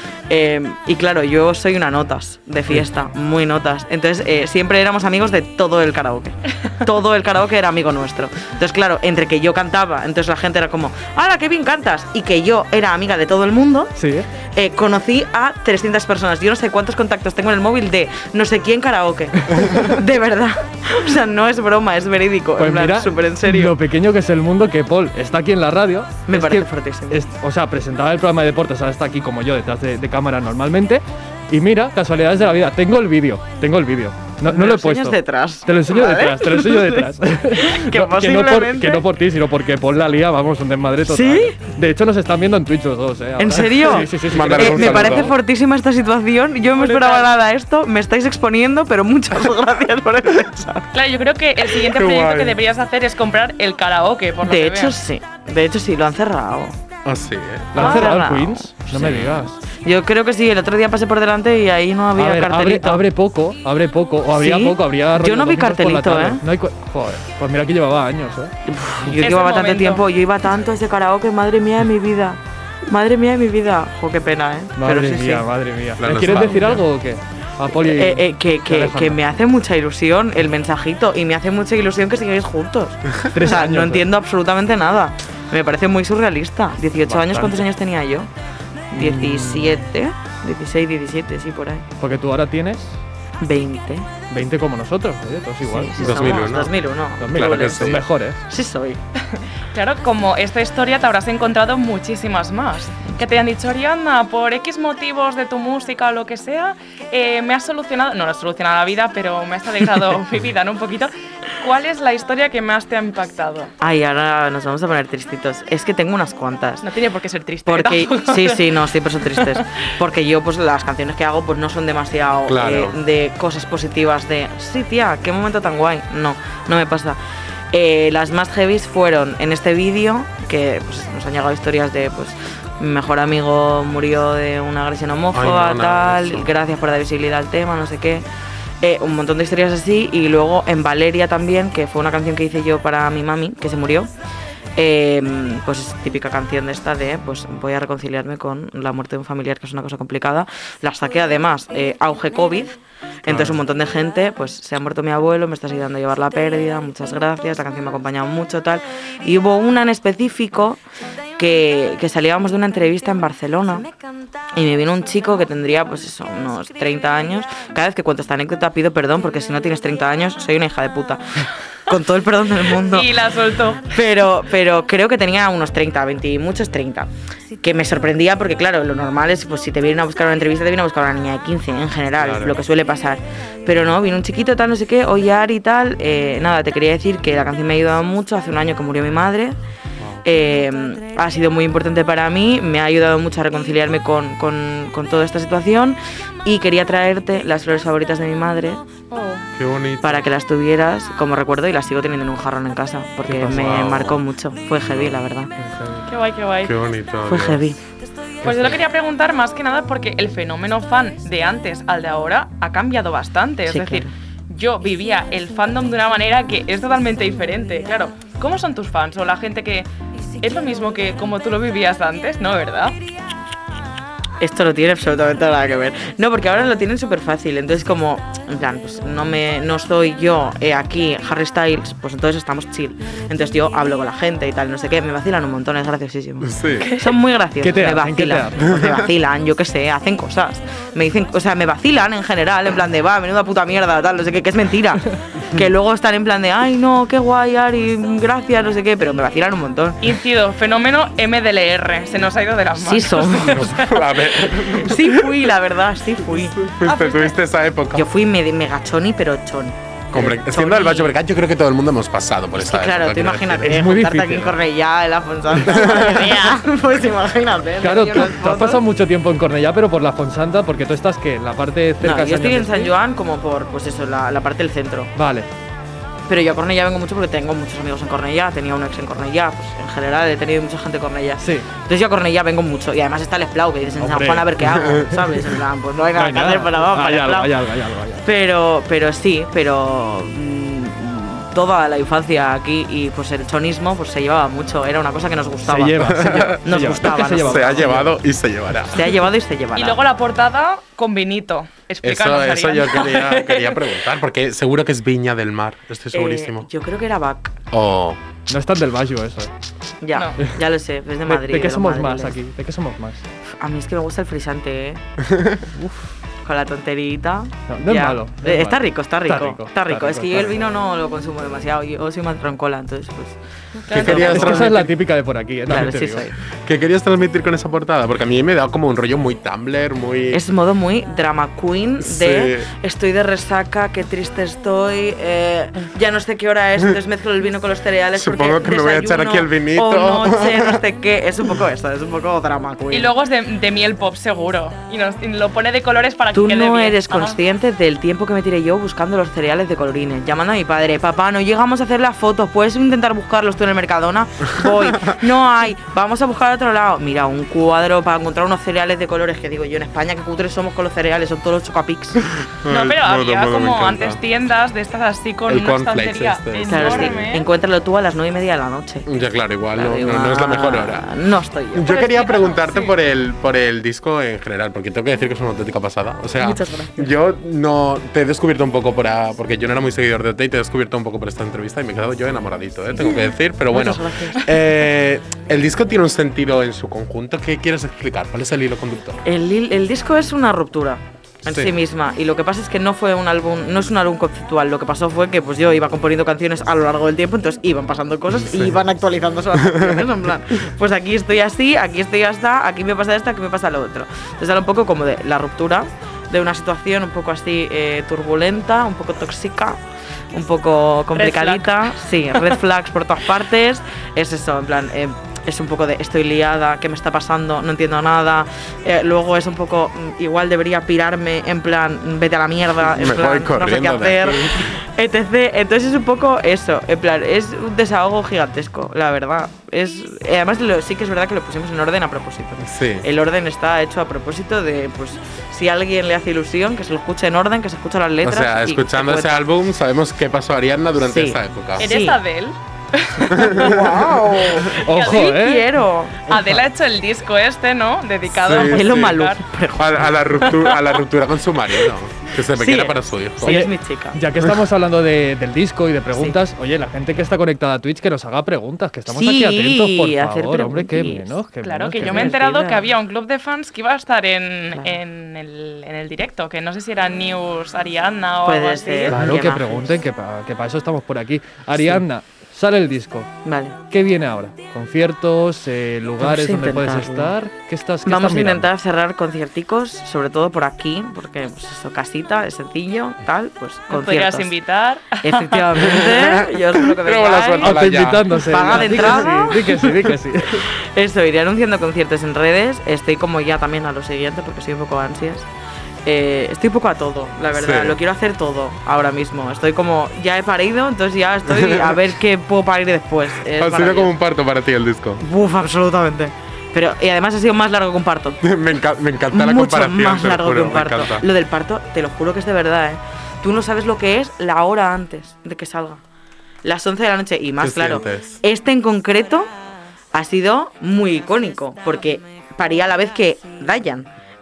Eh, y claro, yo soy una notas de fiesta, muy notas. Entonces eh, siempre éramos amigos de todo el karaoke. Todo el karaoke era amigo nuestro. Entonces claro, entre que yo cantaba, entonces la gente era como, ¡hala, qué bien cantas! Y que yo era amiga de todo el mundo, Sí. eh, conocí a trescientas personas. Yo no sé cuántos contactos tengo en el móvil de no sé quién karaoke. De verdad. O sea, no es broma, es verídico. Pues en plan, mira, súper en serio. lo pequeño que es el mundo, que Paul está aquí en la radio. Me Es parece que fuertísimo. es- o sea, presentaba el programa de deportes, ahora está aquí como yo, detrás de, de cámara normalmente. Y mira, casualidades de la vida, tengo el vídeo, tengo el vídeo. No, no Me lo lo he puesto. enseñas detrás. Te lo enseño ¿Vale? detrás, te lo enseño detrás. Que No, que, no por, posiblemente- que no por ti, sino porque Paul la lía, vamos, un desmadre total. ¿Sí? De hecho, nos están viendo en Twitch los dos, ¿eh? ahora. ¿En serio? Sí, sí, sí. sí, Mándale creo Eh, un que- me saludo. parece fortísima esta situación. Yo no me esperaba nada de esto. Me estáis exponiendo, pero muchas gracias por el mensaje. Claro, yo creo que el siguiente Qué proyecto guay. que deberías hacer es comprar el karaoke, por lo De que hecho, veo. sí. De hecho, sí, lo han cerrado. Ah, sí, ¿eh? ¿Lo han Ah, cerrado el cerrado. Queens? No me digas. Yo creo que sí. El otro día pasé por delante y ahí no había A ver, abre, cartelito. abre poco, abre poco, o habría ¿Sí? poco, habría Yo no vi rollo dos minutos por la cartelito, tarde. ¿eh? No hay cu- Joder, pues mira que llevaba años, ¿eh? Yo Es llevaba el tanto momento. tiempo. Yo iba tanto a ese karaoke. Madre mía de mi vida. Madre mía de mi vida. Jo, qué pena, ¿eh? Madre pero sí, mía, sí. madre mía. La ¿Me ¿Quieres nostalgia. decir algo o qué? A Poli. Eh, eh, que, que, Alejandro. que me hace mucha ilusión el mensajito y me hace mucha ilusión que sigáis juntos. Tres o sea, años, no ¿eh? entiendo absolutamente nada. Me parece muy surrealista. dieciocho años, Bastante. ¿cuántos años tenía yo? diecisiete, dieciséis, diecisiete, sí, por ahí. Porque tú ahora tienes veinte. veinte como nosotros, ¿eh? Todos igual. Sí, sí, dos mil somos uno. dos mil uno. Son mejores, Claro que son sí. mejores. Sí soy. Claro, como esta historia te habrás encontrado muchísimas más. Que te han dicho, Ariadna, por X motivos de tu música o lo que sea, eh, me has solucionado, no, no has solucionado la vida, pero me has alegrado mi vida, ¿no? Un poquito. ¿Cuál es la historia que más te ha impactado? Ay, ahora nos vamos a poner tristitos. Es que tengo unas cuantas. No tiene por qué ser triste. Porque tampoco. sí, sí, no, siempre son tristes. Porque yo, pues las canciones que hago, pues no son demasiado Claro. eh, de cosas positivas de sí, tía, qué momento tan guay. No, no me pasa. Eh, las más heavies fueron en este vídeo, que pues, nos han llegado historias de pues mi mejor amigo murió de una agresión homófoba, Ay, no, nada de tal, eso. gracias por dar visibilidad al tema, no sé qué. Eh, un montón de historias así, y luego en Valeria también, que fue una canción que hice yo para mi mami, que se murió. Eh, pues es típica canción de esta de pues voy a reconciliarme con la muerte de un familiar, que es una cosa complicada. La saqué además eh, auge COVID, entonces un montón de gente, pues se ha muerto mi abuelo, me estás ayudando a llevar la pérdida, muchas gracias, la canción me ha acompañado mucho, tal. Y hubo una en específico que, que salíamos de una entrevista en Barcelona y me vino un chico que tendría pues eso, unos treinta años. Cada vez que cuento esta anécdota pido perdón, porque si no tienes treinta años soy una hija de puta, con todo el perdón del mundo. Y la soltó. Pero, pero creo que tenía unos treinta, veinte y muchos treinta. Que me sorprendía porque, claro, lo normal es, pues si te vienen a buscar una entrevista, te vienen a buscar una niña de quince, en general, Claro. lo que suele pasar. Pero no, vino un chiquito, tal, no sé qué, oye, Ari, tal. Eh, nada, te quería decir que la canción me ha ayudado mucho. Hace un año que murió mi madre. Eh, ha sido muy importante para mí, me ha ayudado mucho a reconciliarme con, con, con toda esta situación. Y quería traerte las flores favoritas de mi madre Oh. Qué bonito. para que las tuvieras como recuerdo, y las sigo teniendo en un jarrón en casa porque Qué me pasada. marcó mucho. Fue heavy, la verdad. Qué guay, qué guay. Qué bonito. Fue Dios. heavy. Pues yo lo quería preguntar más que nada porque el fenómeno fan de antes al de ahora ha cambiado bastante. Es Sí, decir, claro. yo vivía el fandom de una manera que es totalmente diferente. Claro, ¿cómo son tus fans o la gente que es lo mismo que como tú lo vivías antes, no, verdad? Esto no tiene absolutamente nada que ver. No, porque ahora lo tienen súper fácil. Entonces, como En plan, pues no me no soy yo eh, aquí Harry Styles, pues entonces estamos chill. Entonces yo hablo con la gente y tal, no sé qué, me vacilan un montón, es graciosísimo. Sí. Son muy graciosos. ¿Qué te me hacen? ¿Qué te vacilan. hacen? Pues me vacilan, yo qué sé, hacen cosas. Me dicen, o sea, me vacilan en general, en plan de, va, menuda puta mierda, tal, no sé qué, que es mentira. Que luego están en plan de, ay, no, qué guay, Ari, gracias, no sé qué, pero me vacilan un montón. Incido, fenómeno M D L R, se nos ha ido de las manos. Sí son. A ver, Sí fui, la verdad, sí fui. fuiste, tuviste esa época. Yo fui me- mega choni, pero choni. Hombre, Choni. siendo del Baix Llobregat, yo creo que todo el mundo hemos pasado por Es esa que claro, época, tú quiero imagínate, decir. Es muy juntarte difícil. aquí en Cornellá, en la Fonsanta, madre mía. Pues imagínate. Claro, ¿no? tú, Unas tú has fotos. pasado mucho tiempo en Cornellá, pero por la Fonsanta, porque tú estás, ¿qué? En la parte cerca No, de yo estoy en San San Joan como por, pues eso, la, la parte del centro. Vale. Pero yo a Cornellá vengo mucho porque tengo muchos amigos en Cornellá, tenía un ex en Cornellá, pues en general he tenido mucha gente en Cornellá. Sí. Entonces yo a Cornellá vengo mucho y además está el Esplau, que dices en San Hombre. Juan a ver qué hago, ¿sabes? En plan, pues no hay No nada hay que hacer, nada. pero vamos para Hay el algo, Esplau. hay algo, hay algo, hay algo. Pero, pero sí, pero mm, toda la infancia aquí y pues el chonismo pues se llevaba mucho, era una cosa que nos gustaba. Se lleva, se lleva. Nos se lleva. gustaba, Es que se nos lleva. Se ha llevado y se llevará. Se ha llevado y se llevará. Y luego la portada con vinito. Explícanos, Eso, eso yo Ariadna. quería, quería preguntar, porque seguro que es Viña del Mar, estoy segurísimo. Eh, yo creo que era Bac. Oh, No es tan del Baixo eso, ¿eh? Ya, No. ya lo sé, es de ¿De, Madrid. de qué los somos más madriles. aquí? ¿De qué somos más? A mí es que me gusta el frisante, ¿eh? Con la tonterita. No, no es Ya. malo, no es Eh, está malo. rico, está rico. Está Está rico, rico. está rico, Es que yo está el vino rico. no lo consumo demasiado. Yo soy más troncola, entonces pues. ¿qué querías, Es que esa es la transmitir, típica de por aquí, ¿eh? Claro, También te sí digo. soy. ¿Qué querías transmitir con esa portada? Porque a mí me da como un rollo muy Tumblr, muy... Es modo muy drama queen de Sí. estoy de resaca, qué triste estoy, eh, ya no sé qué hora es, entonces mezclo el vino con los cereales. Supongo porque que me voy a echar desayuno aquí el vinito. O noche, no sé qué. Es un poco eso, es un poco drama queen. Y luego es de, de miel pop, seguro. Y, nos, y lo pone de colores para Tú que quede no bien. eres Ajá. consciente del tiempo que me tiré yo buscando los cereales de colorines, llamando a mi padre, papá, no llegamos a hacer las fotos, ¿puedes intentar buscarlos tú en el Mercadona? Voy, no hay, vamos a buscar a otro lado. Mira, un cuadro para encontrar unos cereales de colores que digo yo, en España, que cutres somos con los cereales, son todos los Chocapics. No, Ay, pero modo, había modo, me como encanta. antes tiendas de estas así con El una cornflakes estantería este. Claro, sí, enorme. encuéntralo tú a las nueve y media de la noche. Ya, claro, igual, no, Claro, no- no es la mejor hora. No estoy yo. Yo Pero quería explícanos, preguntarte sí. por el por el disco en general, porque tengo que decir que es una auténtica pasada. O sea, Muchas gracias. yo no te he descubierto un poco por a- porque yo no era muy seguidor de O T y te he descubierto un poco por esta entrevista y me he quedado yo enamoradito, ¿eh? Tengo que decir, pero bueno. Muchas gracias. Eh, el disco tiene un sentido en su conjunto. ¿Qué quieres explicar? ¿Cuál es el hilo conductor? El, hil- el disco es una ruptura en Sí. sí. misma y lo que pasa es que no fue un álbum, no es un álbum conceptual. Lo que pasó fue que pues yo iba componiendo canciones a lo largo del tiempo, entonces iban pasando cosas y iban actualizándose las canciones en plan, pues aquí estoy así, aquí estoy hasta, aquí me pasa esto, aquí me pasa lo otro. Entonces era un poco como de la ruptura de una situación un poco así eh, turbulenta, un poco tóxica, un poco complicadita. Sí, red flags por todas partes. Es eso, en plan. Eh, es un poco de estoy liada, ¿qué me está pasando? No entiendo nada. Eh, luego es un poco, mm, igual debería pirarme, en plan, vete a la mierda, en Me plan, voy no sé qué corriendo de hacer, aquí. etcétera. Entonces es un poco eso, en plan, es un desahogo gigantesco, la verdad. Es, eh, además, lo- sí que es verdad que lo pusimos en orden a propósito. Sí. El orden está hecho a propósito de, pues, si a alguien le hace ilusión, que se lo escuche en orden, que se escuche las O letras. sea, y escuchando se ese cuenta. álbum, sabemos qué pasó a Ariadna durante Sí. esa época. ¿Eres Sí. Adele? ¡Wow! Ojo, Sí ¿eh? quiero. Adele ha hecho el disco este, ¿no? Dedicado Sí, a Es lo sí. malo. A, a la ruptura, a la ruptura con su marido, que se me Sí. quiere para su hijo. Sí, Oye, es mi chica. Ya que estamos hablando de- del disco y de preguntas, oye, la gente que está conectada a Twitch que nos haga preguntas, que estamos Sí, aquí atentos, por hacer favor, hombre, qué preguntis. menos, qué Claro, menos, que qué yo me he menos. enterado divertida. que había un club de fans que iba a estar en, Claro. en, el, en el directo, que no sé si era News Ariadna o Puede algo así. ser. Claro, que Imágenes. pregunten, que para eso estamos por aquí. Ariadna, sale el disco. Vale. ¿Qué viene ahora? ¿Conciertos? Eh, ¿Lugares Vamos a donde puedes intentarlo. estar? ¿Qué estás qué Vamos estás a intentar mirando? cerrar concierticos, sobre todo por aquí, porque pues eso, casita, es sencillo, tal, pues ¿Nos podrías conciertos. invitar? Efectivamente, yo espero que Pero la vengáis. suerte. Autoinvitándose. Paga de Di que entrada. sí, Di que sí, di que sí. Eso, iré anunciando conciertos en redes, estoy como ya también a lo siguiente, porque soy un poco ansias. Eh, estoy un poco a todo, la verdad, Sí. lo quiero hacer todo ahora mismo. Estoy como, ya he parido, entonces ya estoy a ver qué puedo parir después. Es Ha sido maravilloso. como un parto para ti el disco. Uf, absolutamente. Pero, y además ha sido más largo que un parto. me, enca- me encanta la Mucho comparación. más te lo largo juro, que un me parto. encanta. Lo del parto, te lo juro que es de verdad, ¿eh? Tú no sabes lo que es la hora antes de que salga. Las once de la noche y más, ¿Qué claro. sientes? Este en concreto ha sido muy icónico, porque paría a la vez que Dayan. Entonces,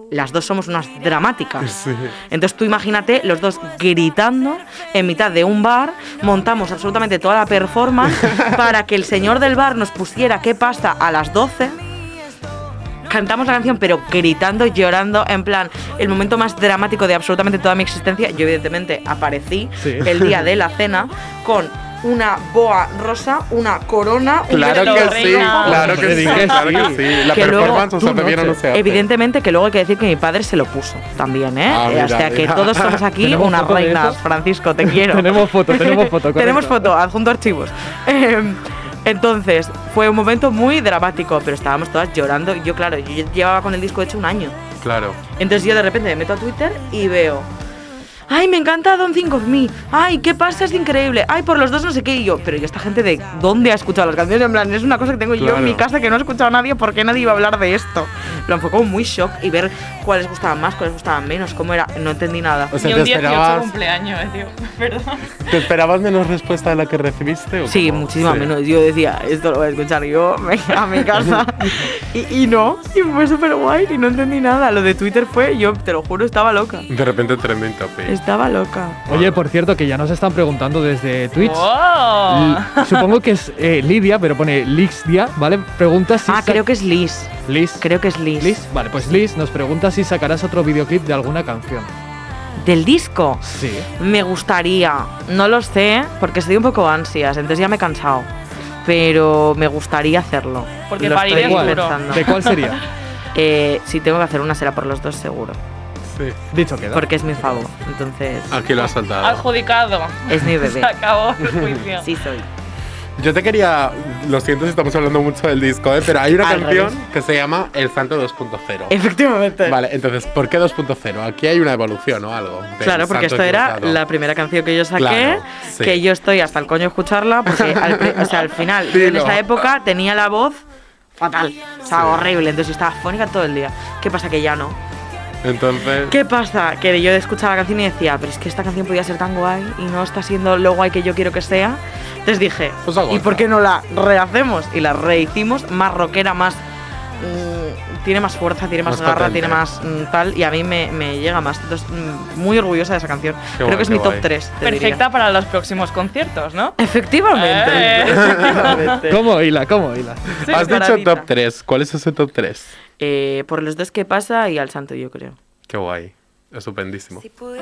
las dos somos unas dramáticas. Sí. Entonces tú imagínate los dos gritando en mitad de un bar, montamos absolutamente toda la performance para que el señor del bar nos pusiera qué pasa a las doce. Cantamos la canción pero gritando, llorando, en plan, el momento más dramático de absolutamente toda mi existencia. Yo evidentemente aparecí Sí. el día de la cena con una boa rosa, una corona, un Claro velo que de sí, reina. claro que sí, Hombre, claro que sí. sí. La Que luego- performance, o sea, tu todavía no noche. se hace. Evidentemente que luego hay que decir que mi padre se lo puso también, ¿eh? Ah, Eh, mira, o sea que mira. todos somos aquí ¿Tenemos unas foto de reinas. eso? Francisco, te quiero. Tenemos foto, tenemos foto, Tenemos correcto. foto, adjunto archivos. Eh, entonces, fue un momento muy dramático, pero estábamos todas llorando. Yo, claro, yo llevaba con el disco hecho un año. Claro. Entonces yo de repente me meto a Twitter y veo: ¡ay, me encanta Don't Think of Me! ¡Ay, qué pasa, es increíble! ¡Ay, por los dos no sé qué! Y yo, pero ¿y esta gente de dónde ha escuchado las canciones? En plan, es una cosa que tengo yo Claro. en mi casa que no he escuchado a nadie, ¿por qué nadie iba a hablar de esto? En plan, fue como muy shock y ver cuáles gustaban más, cuáles gustaban menos, cómo era, no entendí nada. O sea, Y ¿te un dieciocho esperabas, cumpleaños, eh, tío. Perdón. ¿te esperabas menos respuesta de la que recibiste? ¿o Sí, cómo? muchísima Sí. menos. Yo decía, esto lo voy a escuchar yo, venga a mi casa. y, y no, y fue súper guay y no entendí nada. Lo de Twitter fue, yo te lo juro, estaba loca. De repente trending topic. Estaba loca. Oye, por cierto, que ya nos están preguntando desde Twitch. ¡Wow! L- Supongo que es eh, Lidia, pero pone Lixdia, ¿vale? Pregunta si. Ah, sa- creo que es Liz. Liz. Creo que es Liz. Liz. Vale, pues Liz nos pregunta si sacarás otro videoclip de alguna canción. ¿Del disco? Sí. Me gustaría. No lo sé, porque estoy un poco ansias, entonces ya me he cansado. Pero me gustaría hacerlo. Porque Lo para ir estoy es duro. pensando. ¿De cuál sería? Eh, si tengo que hacer una, será por los dos seguro. Sí. Dicho queda. Porque es mi favor. Entonces, Aquí lo has soltado. Adjudicado. es mi bebé. Se acabó el juicio. Sí, soy. Yo te quería. Lo siento si estamos hablando mucho del disco, ¿eh? Pero hay una Al canción revés. que se llama El Santo dos punto cero. Efectivamente. Vale, entonces, ¿por qué dos punto cero? Aquí hay una evolución o algo. del Claro, porque Santo esto era equivocado. la primera canción que yo saqué, Claro, sí. que yo estoy hasta el coño de escucharla, porque al, pri- o sea, al final, yo en Dilo. esa época tenía la voz fatal, o sea, horrible, entonces yo estaba fónica todo el día. ¿Qué pasa? Que ya no. Entonces. ¿Qué pasa? Que yo escuchaba la canción y decía, pero es que esta canción podía ser tan guay y no está siendo lo guay que yo quiero que sea. Entonces dije, Pues hago ¿y por otra. qué no la rehacemos? Y la rehicimos, más rockera, más... mm, tiene más fuerza, tiene más, Más garra, potente. tiene más mm, tal, y a mí me, me llega más. Entonces, mm, muy orgullosa de esa canción. Creo guay, que es qué mi top guay. tres. te Perfecta diría. para los próximos conciertos, ¿no? Efectivamente. Eh. Efectivamente. ¿Cómo hila? ¿Cómo hila? Sí, Has dicho paradita. top tres. ¿Cuál es ese top tres? Eh, por los dos que pasa y al santo, yo creo. Qué guay. Estupendísimo.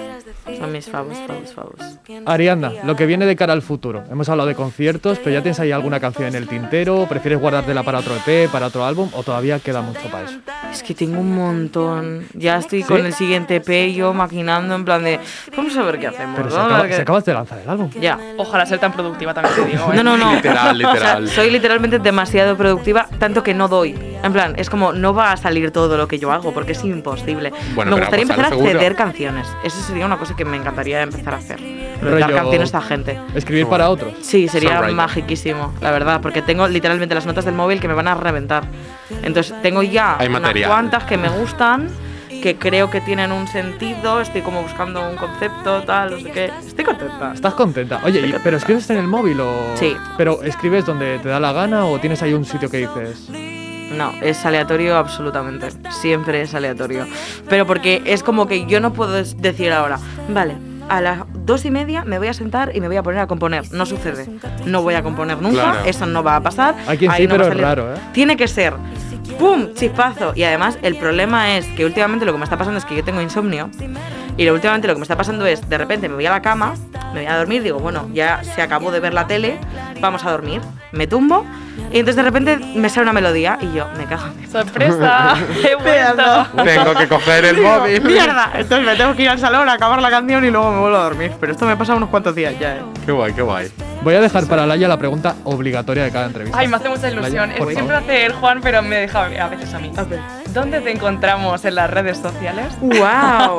Son mis favos, favos, favos. Ariadna, lo que viene de cara al futuro. Hemos hablado de conciertos, pero ¿ya tienes ahí alguna canción en el tintero? ¿Prefieres guardártela para otro E P, para otro álbum? ¿O todavía queda mucho para eso? Es que tengo un montón. Ya estoy con el siguiente E P yo maquinando en plan de... Vamos a ver qué hacemos. Pero se, vamos a acaba- ver qué- se acabas de lanzar el álbum. Ya. Ojalá ser tan productiva también te digo. ¿eh? No, no, no. Literal, literal. O sea, soy literalmente demasiado productiva, tanto que no doy. En plan, es como, no va a salir todo lo que yo hago, porque es imposible. Bueno, me pero gustaría algo empezar a sale seguro. ceder canciones. Eso sería una cosa que me encantaría empezar a hacer. Dar Rollo- canciones a gente. Escribir para otros. Sí, sería Songwriter. magiquísimo, la verdad, porque tengo literalmente las notas del móvil que me van a reventar. Entonces, tengo ya Hay unas material. cuantas que me gustan, que creo que tienen un sentido, estoy como buscando un concepto, tal, no sé qué. Estoy contenta. ¿Estás contenta? Oye, Estoy ¿y- contenta. ¿pero escribes en el móvil o...? Sí. ¿Pero escribes donde te da la gana o tienes ahí un sitio que dices...? No, es aleatorio absolutamente. Siempre es aleatorio. Pero porque es como que yo no puedo des- decir ahora, vale, a las dos y media me voy a sentar y me voy a poner a componer. No sucede. No voy a componer nunca, Claro. eso no va a pasar. Hay quien ahí sí, no va pero a es salir. raro, ¿eh? Tiene que ser ¡pum! Chispazo. Y además, el problema es que últimamente lo que me está pasando es que yo tengo insomnio. Y lo- últimamente lo que me está pasando es, de repente me voy a la cama, me voy a dormir, digo, bueno, ya se acabó de ver la tele, vamos a dormir. Me tumbo y entonces de repente me sale una melodía y yo, me cago en ¡Sorpresa! ¡He vuelto! Tengo que coger el móvil. ¡mierda! Entonces me tengo que ir al salón a acabar la canción y luego me vuelvo a dormir. Pero esto me pasa unos cuantos días ya, ¿eh? Qué guay, qué guay. Voy a dejar para Laia la pregunta obligatoria de cada entrevista. Ay, me hace mucha ilusión. Laia, por Es siempre favor. hace el Juan, pero me deja a veces a mí. ¿Dónde te encontramos en las redes sociales? ¡Wow!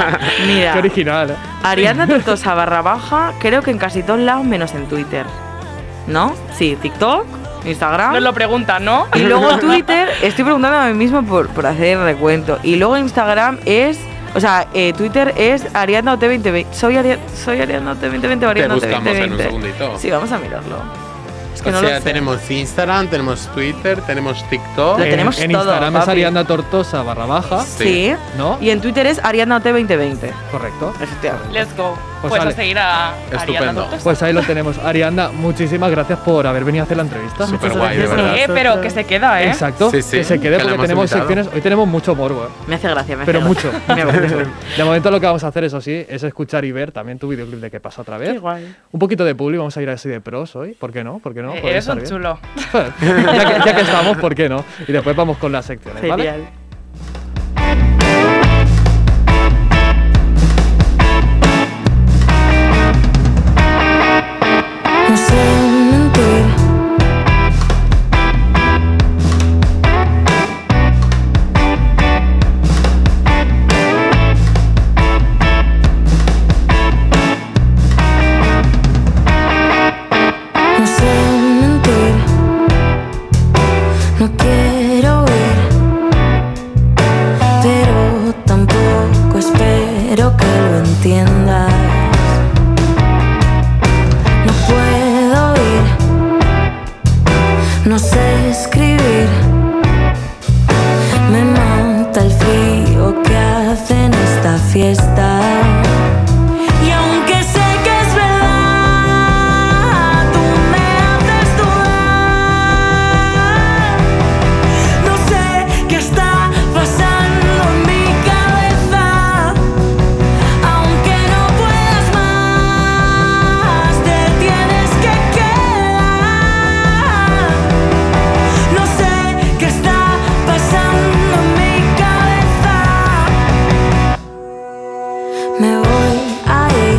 Mira, Qué original, ¿eh? Ariadna Tortosa barra baja, creo que en casi todos lados menos en Twitter. ¿No? Sí, TikTok, Instagram. Nos lo preguntan, ¿no? Y luego Twitter, estoy preguntando a mí mismo por, por hacer el recuento. Y luego Instagram es. O sea, eh, Twitter es Ariadna O T veinte veinte. Soy, Ari soy Ariadna O T veinte veinte o Te Ariadna O T buscamos en un veinte veinte. segundito. Sí, vamos a mirarlo. Es que o no sea, lo sé. tenemos Instagram, tenemos Twitter, tenemos TikTok. Lo tenemos en, en todo, Instagram es papi. Ariadna Tortosa barra baja, Sí. ¿no? Y en Twitter es Ariadna T veinte veinte. Correcto. Efectivamente. Let's go. Pues Pues, vale. a seguir a Ariadna Estupendo. Tortosa. Pues ahí lo tenemos. Ariadna, muchísimas gracias por haber venido a hacer la entrevista. Súper guay, de verdad. Eh, pero que se queda, ¿eh? Exacto, Sí, sí, que se quede que la porque hemos tenemos invitado. secciones. Hoy tenemos mucho morbo, ¿eh? Me hace gracia, me hace Pero gracia. mucho. Me hace gracia. De momento lo que vamos a hacer, eso sí, es escuchar y ver también tu videoclip de qué pasa otra vez. Qué guay. Un poquito de publi, vamos a ir así de pros hoy. ¿Por qué no? ¿Por qué no? Eh, Puede Eres estar un bien. chulo. ya, que, ya que estamos, ¿por qué no? Y después vamos con las secciones, ¿vale? Genial. No sé mentir. No sé mentir. No quiero ir, pero tampoco espero que lo entiendas. No puedo ir, no sé escribir. Me mata el frío que hace en esta fiesta. Y aunque sé que es verdad, tú me haces dudar. No sé qué está pasando en mi cabeza. Aunque no puedas más, te tienes que quedar. No sé qué está pasando en mi cabeza. Me voy a ir.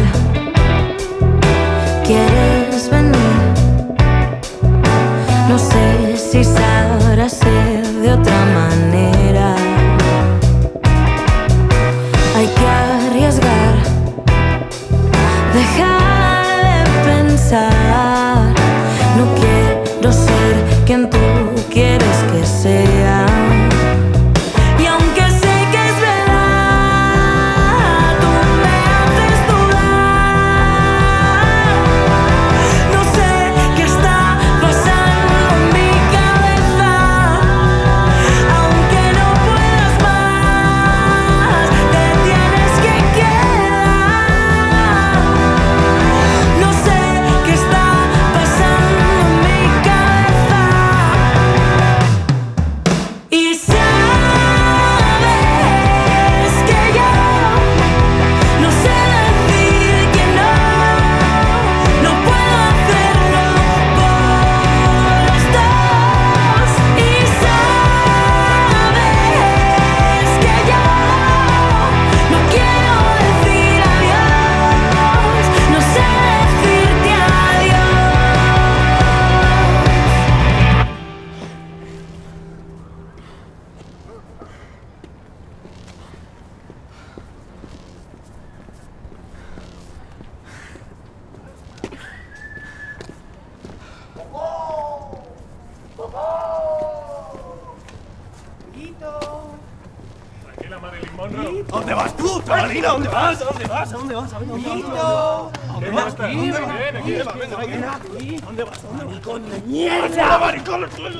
¿Quieres venir? No sé si sabrá ser de otra manera. Hay que arriesgar. Dejar de pensar. No quiero ser quien tú quieres que sea. Y aunque sé que es verdad, tú me haces dudar. No sé qué está pasando en mi cabeza. Aunque no puedas más, te tienes que quedar. No sé qué está pasando en mi cabeza. Y sabes que yo no sé decir que no. No puedo hacerlo por los dos. Y sabes que yo no quiero decir adiós. No sé decirte adiós. Tranquila, Marilyn Monroe. ¿Dónde vas tú, chavalina? ¿Dónde vas? ¿A dónde vas? ¿A dónde vas? ¿A dónde vas? ¿Dónde vas? Ven aquí, ven aquí, ven aquí. ¿Dónde vas? Maricón de mierda. Maricón al suelo.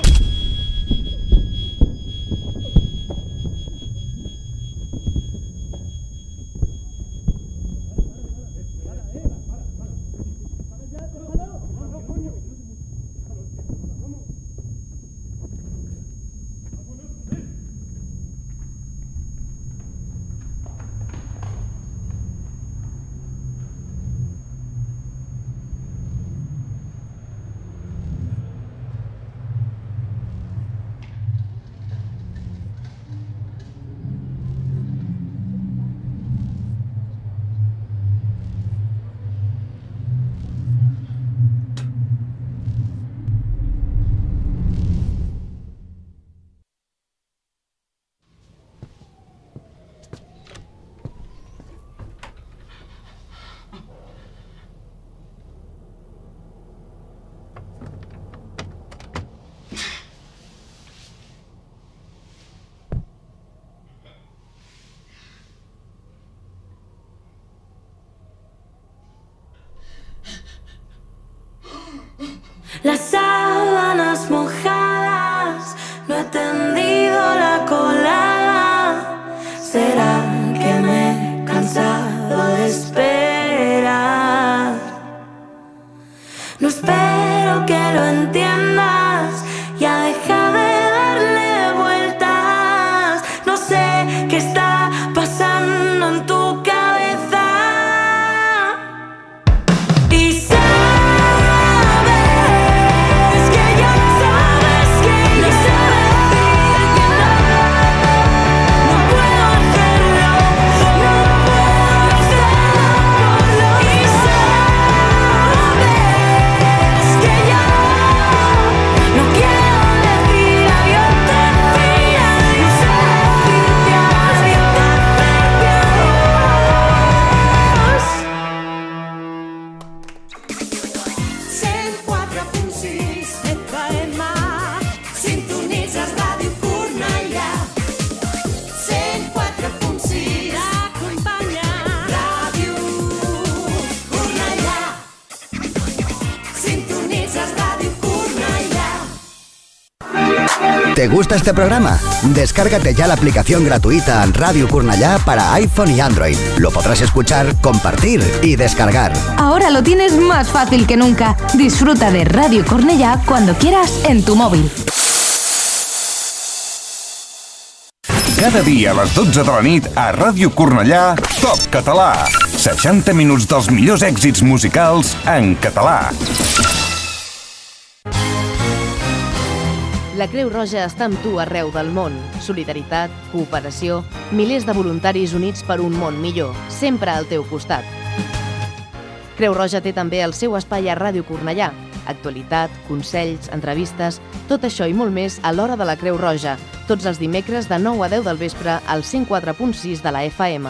¿Te gusta este programa? Descárgate ya la aplicación gratuita Radio Cornellà para iPhone y Android. Lo podrás escuchar, compartir y descargar. Ahora lo tienes más fácil que nunca. Disfruta de Radio Cornellà cuando quieras en tu móvil. Cada dia a les dotze de la nit a Ràdio Cornellà, Top Català. seixanta minuts dels millors èxits musicals en català. La Creu Roja està amb tu arreu del món. Solidaritat, cooperació, milers de voluntaris units per un món millor, sempre al teu costat. Creu Roja té també el seu espai a Ràdio Cornellà. Actualitat, consells, entrevistes, tot això i molt més a l'Hora de la Creu Roja, tots els dimecres de nou a deu del vespre al cent quatre punt sis de la F M.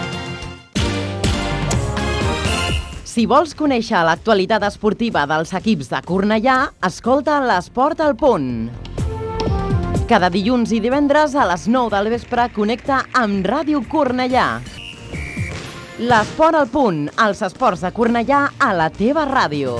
Si vols conèixer l'actualitat esportiva dels equips de Cornellà, escolta l'Esport al Punt. Cada dilluns i divendres a les nou del vespre connecta amb Ràdio Cornellà. L'Esport al Punt, els esports de Cornellà a la teva ràdio.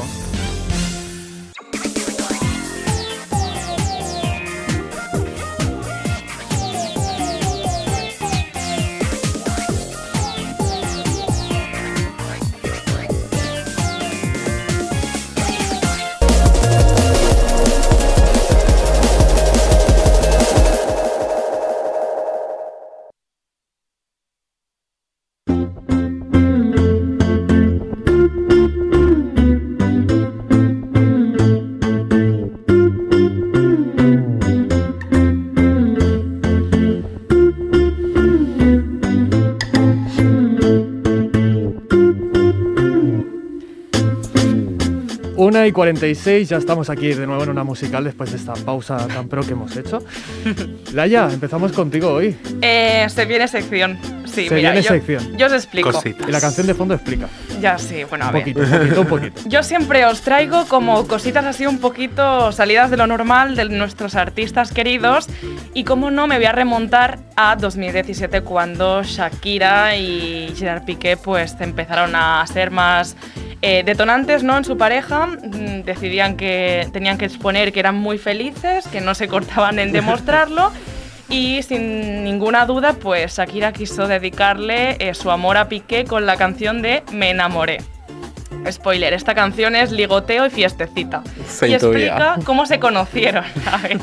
una y cuarenta y seis, ya estamos aquí de nuevo en una musical después de esta pausa tan pro que hemos hecho. Laia, empezamos contigo hoy. Eh, se viene sección. Sí, se mira, viene yo, sección. Yo os explico. Cositas. Y la canción de fondo explica. Ya, sí, bueno, a un ver. Poquito, un poquito, un poquito. Yo siempre os traigo como cositas así un poquito salidas de lo normal de nuestros artistas queridos. Y como no, me voy a remontar a dos mil diecisiete, cuando Shakira y Gerard Piqué pues empezaron a ser más eh, detonantes, ¿no?, en su pareja. Decidían que tenían que exponer que eran muy felices, que no se cortaban en demostrarlo. Y sin ninguna duda, pues Shakira quiso dedicarle eh, su amor a Piqué con la canción de Me enamoré. Spoiler, esta canción es ligoteo y fiestecita. Se y explica intuía. cómo se conocieron. A ver.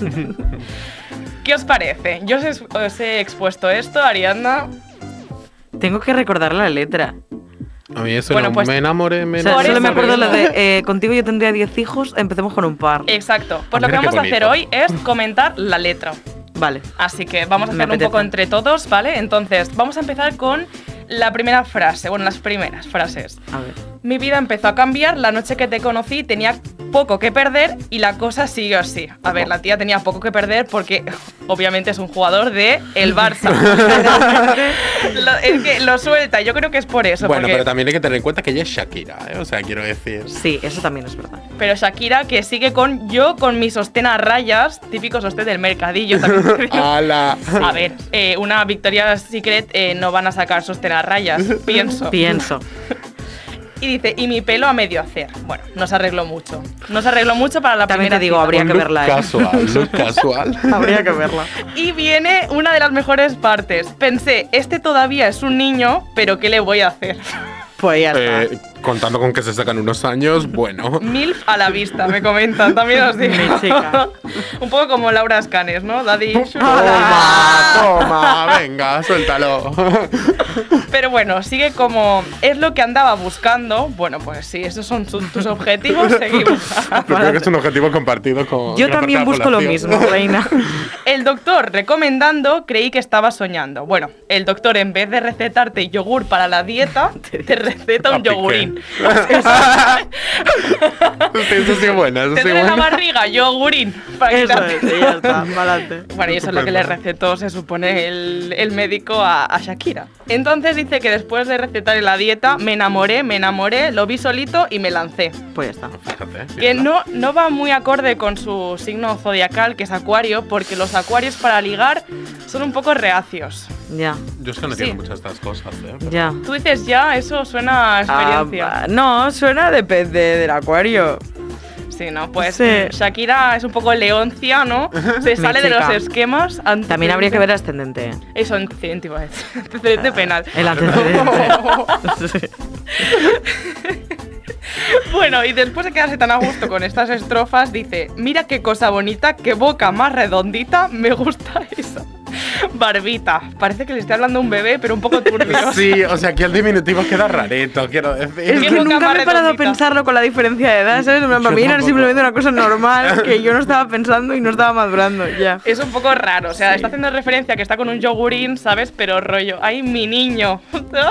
¿Qué os parece? Yo os he, os he expuesto esto, Ariadna. Tengo que recordar la letra. A mí eso Bueno, no, pues- me enamoré, me O sea, enamoré. solo me acuerdo la mismo. de eh, contigo yo tendría diez hijos, empecemos con un par. Exacto. Pues Ah, lo que mira qué vamos a hacer bonito. hoy es comentar la letra. Vale. Así que vamos a Me hacerlo un poco apetece. entre todos, ¿vale? Entonces, vamos a empezar con la primera frase, bueno, las primeras frases. A ver. Mi vida empezó a cambiar la noche que te conocí, tenía poco que perder y la cosa siguió así. A ver, la tía tenía poco que perder porque obviamente es un jugador de el Barça. lo, es que lo suelta, yo creo que es por eso. Bueno, porque- pero también hay que tener en cuenta que ella es Shakira, ¿eh? O sea, quiero decir. Sí, eso también es verdad. Pero Shakira, que sigue con yo con mi sostén a rayas, típico sostén del mercadillo también. te digo. ¡Hala! A ver, eh, una Victoria's Secret eh, no van a sacar sostén a rayas, pienso. Pienso. Y dice, y mi pelo a medio hacer. Bueno, no se arregló mucho. No se arregló mucho para la También primera te digo, cita. habría Un que look verla, ¿eh? casual, look casual. Habría que verla. Y viene una de las mejores partes. Pensé, este todavía es un niño, pero ¿qué le voy a hacer? Pues ya está. Eh, contando con que se sacan unos años, bueno. Milf a la vista, me comentan, también os digo. Mi chica. Un poco como Laura Escanes, ¿no? Daddy issues. Toma, toma, venga, suéltalo. Pero bueno, sigue como, es lo que andaba buscando. Bueno, pues sí, esos son su- tus objetivos, seguimos. Yo creo que es un objetivo compartido con. Yo gran parte también de la busco lo población. mismo, reina. El doctor recomendando, creí que estaba soñando. Bueno, el doctor en vez de recetarte yogur para la dieta, te receta A un piqué. yogurín. Sí, eso sí es buena, eso Te sí es duele la buena. barriga, yogurín. Para Eso quitarte. es, y ya está, pa'lante. Bueno, y eso es lo que le recetó, se supone, el, el médico a, a Shakira. Entonces dice que después de recetarle la dieta, me enamoré, me enamoré, lo vi solito y me lancé. Pues ya está. Fíjate. Que no, no va muy acorde con su signo zodiacal, que es Acuario, porque los acuarios para ligar son un poco reacios. Ya, Yo es que no Sí. entiendo muchas de estas cosas, ¿eh? ya. Tú dices ya, eso suena a experiencia. Ah, no, suena depende del acuario. Sí, ¿no? Pues Sí. Shakira es un poco leoncia, ¿no? Se sale de los esquemas. También habría que ver ascendente. Eso, antecedente, iba a decir. Antecedente penal. El antecedente. Bueno, y después de quedarse tan a gusto con estas estrofas, dice: mira qué cosa bonita, qué boca más redondita, me gusta esa. Barbita. Parece que le estoy hablando a un bebé, pero un poco turbio. Sí, o sea, aquí el diminutivo queda rarito, quiero decir. Es que nunca me he parado a pensarlo con la diferencia de edad, ¿sabes? Para mí era simplemente una cosa normal que yo no estaba pensando y no estaba madurando, ya. Es un poco raro, o sea, sí. Está haciendo referencia a que está con un yogurín, ¿sabes? Pero rollo, ¡ay, mi niño!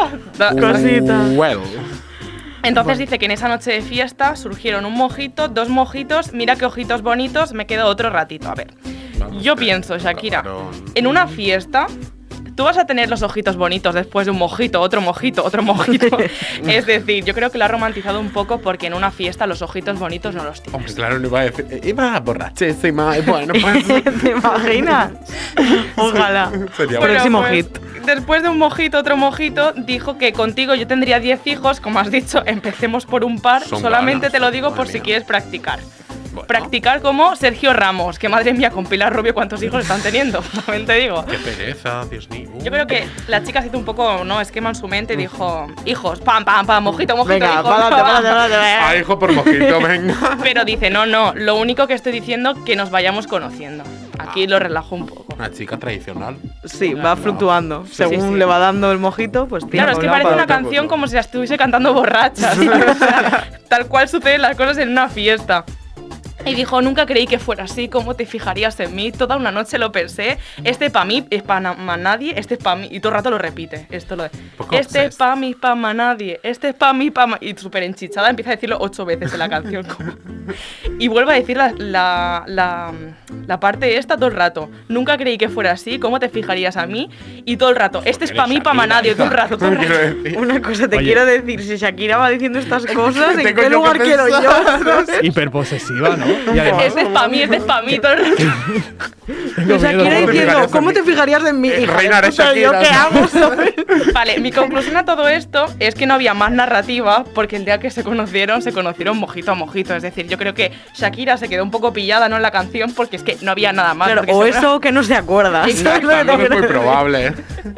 Cosita. Well. Entonces dice que en esa noche de fiesta surgieron un mojito, dos mojitos, mira qué ojitos bonitos, me quedo otro ratito. A ver, Vamos yo pienso, Shakira, en una fiesta tú vas a tener los ojitos bonitos después de un mojito, otro mojito, otro mojito. Es decir, yo creo que lo ha romantizado un poco porque en una fiesta los ojitos bonitos no los tienes. Hombre, claro, no iba a decir, iba borrachísima, y bueno, pues… ¿Te imaginas? Ojalá. Sería bueno, próximo pues, hit. Después de un mojito, otro mojito, dijo que contigo yo tendría diez hijos, como has dicho, empecemos por un par, Son solamente ganas, te lo digo por mía. si quieres practicar. Bueno. Practicar como Sergio Ramos, que madre mía, con Pilar Rubio cuántos hijos están teniendo, también te digo. Qué pereza, Dios mío. Yo creo que la chica se hizo un poco, ¿no? Esquema en su mente y dijo, hijos, pam, pam, pam, mojito, mojito, Venga, hijos, párate, pam, párate, pam. párate. Ah, hijo por mojito, venga. Pero dice, no, no, lo único que estoy diciendo que nos vayamos conociendo. Aquí lo relajo un poco. Una chica tradicional. Sí, va fluctuando. Sí, Según sí, sí. le va dando el mojito, pues tira. Claro, es que para un parece lado, una para canción otro. como si la estuviese cantando borracha. O sea, tal cual suceden las cosas en una fiesta. Y dijo, nunca creí que fuera así, ¿cómo te fijarías en mí? Toda una noche lo pensé, este pa' mí es pa' na- nadie, este es pa' mí, y todo el rato lo repite, esto lo de, Poco este es obsessed. pa' mí, pa' ma nadie, este es pa' mí, pa' ma… Y súper enchichada empieza a decirlo ocho veces en la canción. como- Y vuelve a decir la, la, la, la parte esta todo el rato, nunca creí que fuera así, ¿cómo te fijarías a mí? Y todo el rato, este es pa' mí, pa' ma nadie, todo el rato, todo el rato. Quiero decir. Una cosa te Oye. quiero decir, si Shakira va diciendo estas cosas, ¿en Tengo qué yo lugar que quiero yo? pensar. Hiperposesiva, ¿no? Y además, Este es pa' mí, este es pa' mí, todo el rato. tengo Shakira miedo. diciendo, fijarías en ¿cómo mí? te fijarías en mí? Eh, Hija de reina de puta, ¿yo Shakira. qué hago? ¿sabes? Vale, mi conclusión a todo esto es que no había más narrativa porque el día que se conocieron, se conocieron mojito a mojito. Es decir, yo creo que Shakira se quedó un poco pillada, ¿no?, en la canción porque es que no había nada más. Claro, porque o segura- eso o que no se acuerda. ¿sabes lo que te También es quiero muy decir? probable.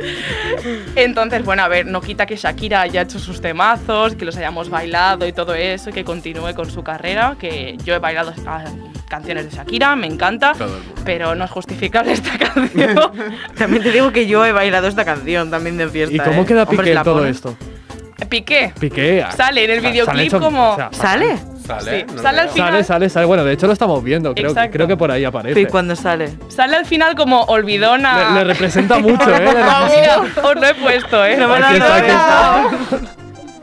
Entonces, bueno, a ver, no quita que Shakira haya hecho sus temazos, que los hayamos bailado y todo eso, y que continúe con su carrera, que yo he bailado ah, canciones de Shakira, me encanta, Todo el mundo. pero no es justificable esta canción. También te digo que yo he bailado esta canción también de fiesta. ¿Y cómo ¿eh? queda Hombre, Piqué si en la todo pones. esto? Piqué. Piqué. Sale en el Sa- videoclip sale hecho- como… o sea, ¿Sale? Sale. Sí, no sale al veo. final. Sale, sale, sale. Bueno, de hecho lo estamos viendo. Creo, Exacto. creo que por ahí aparece. ¿Y cuándo sale? Sale al final como olvidona. Le, le representa mucho, ¿eh? Le Ah, representa- mira, os lo he puesto, ¿eh? No me lo Aquí has está, aquí dado. está.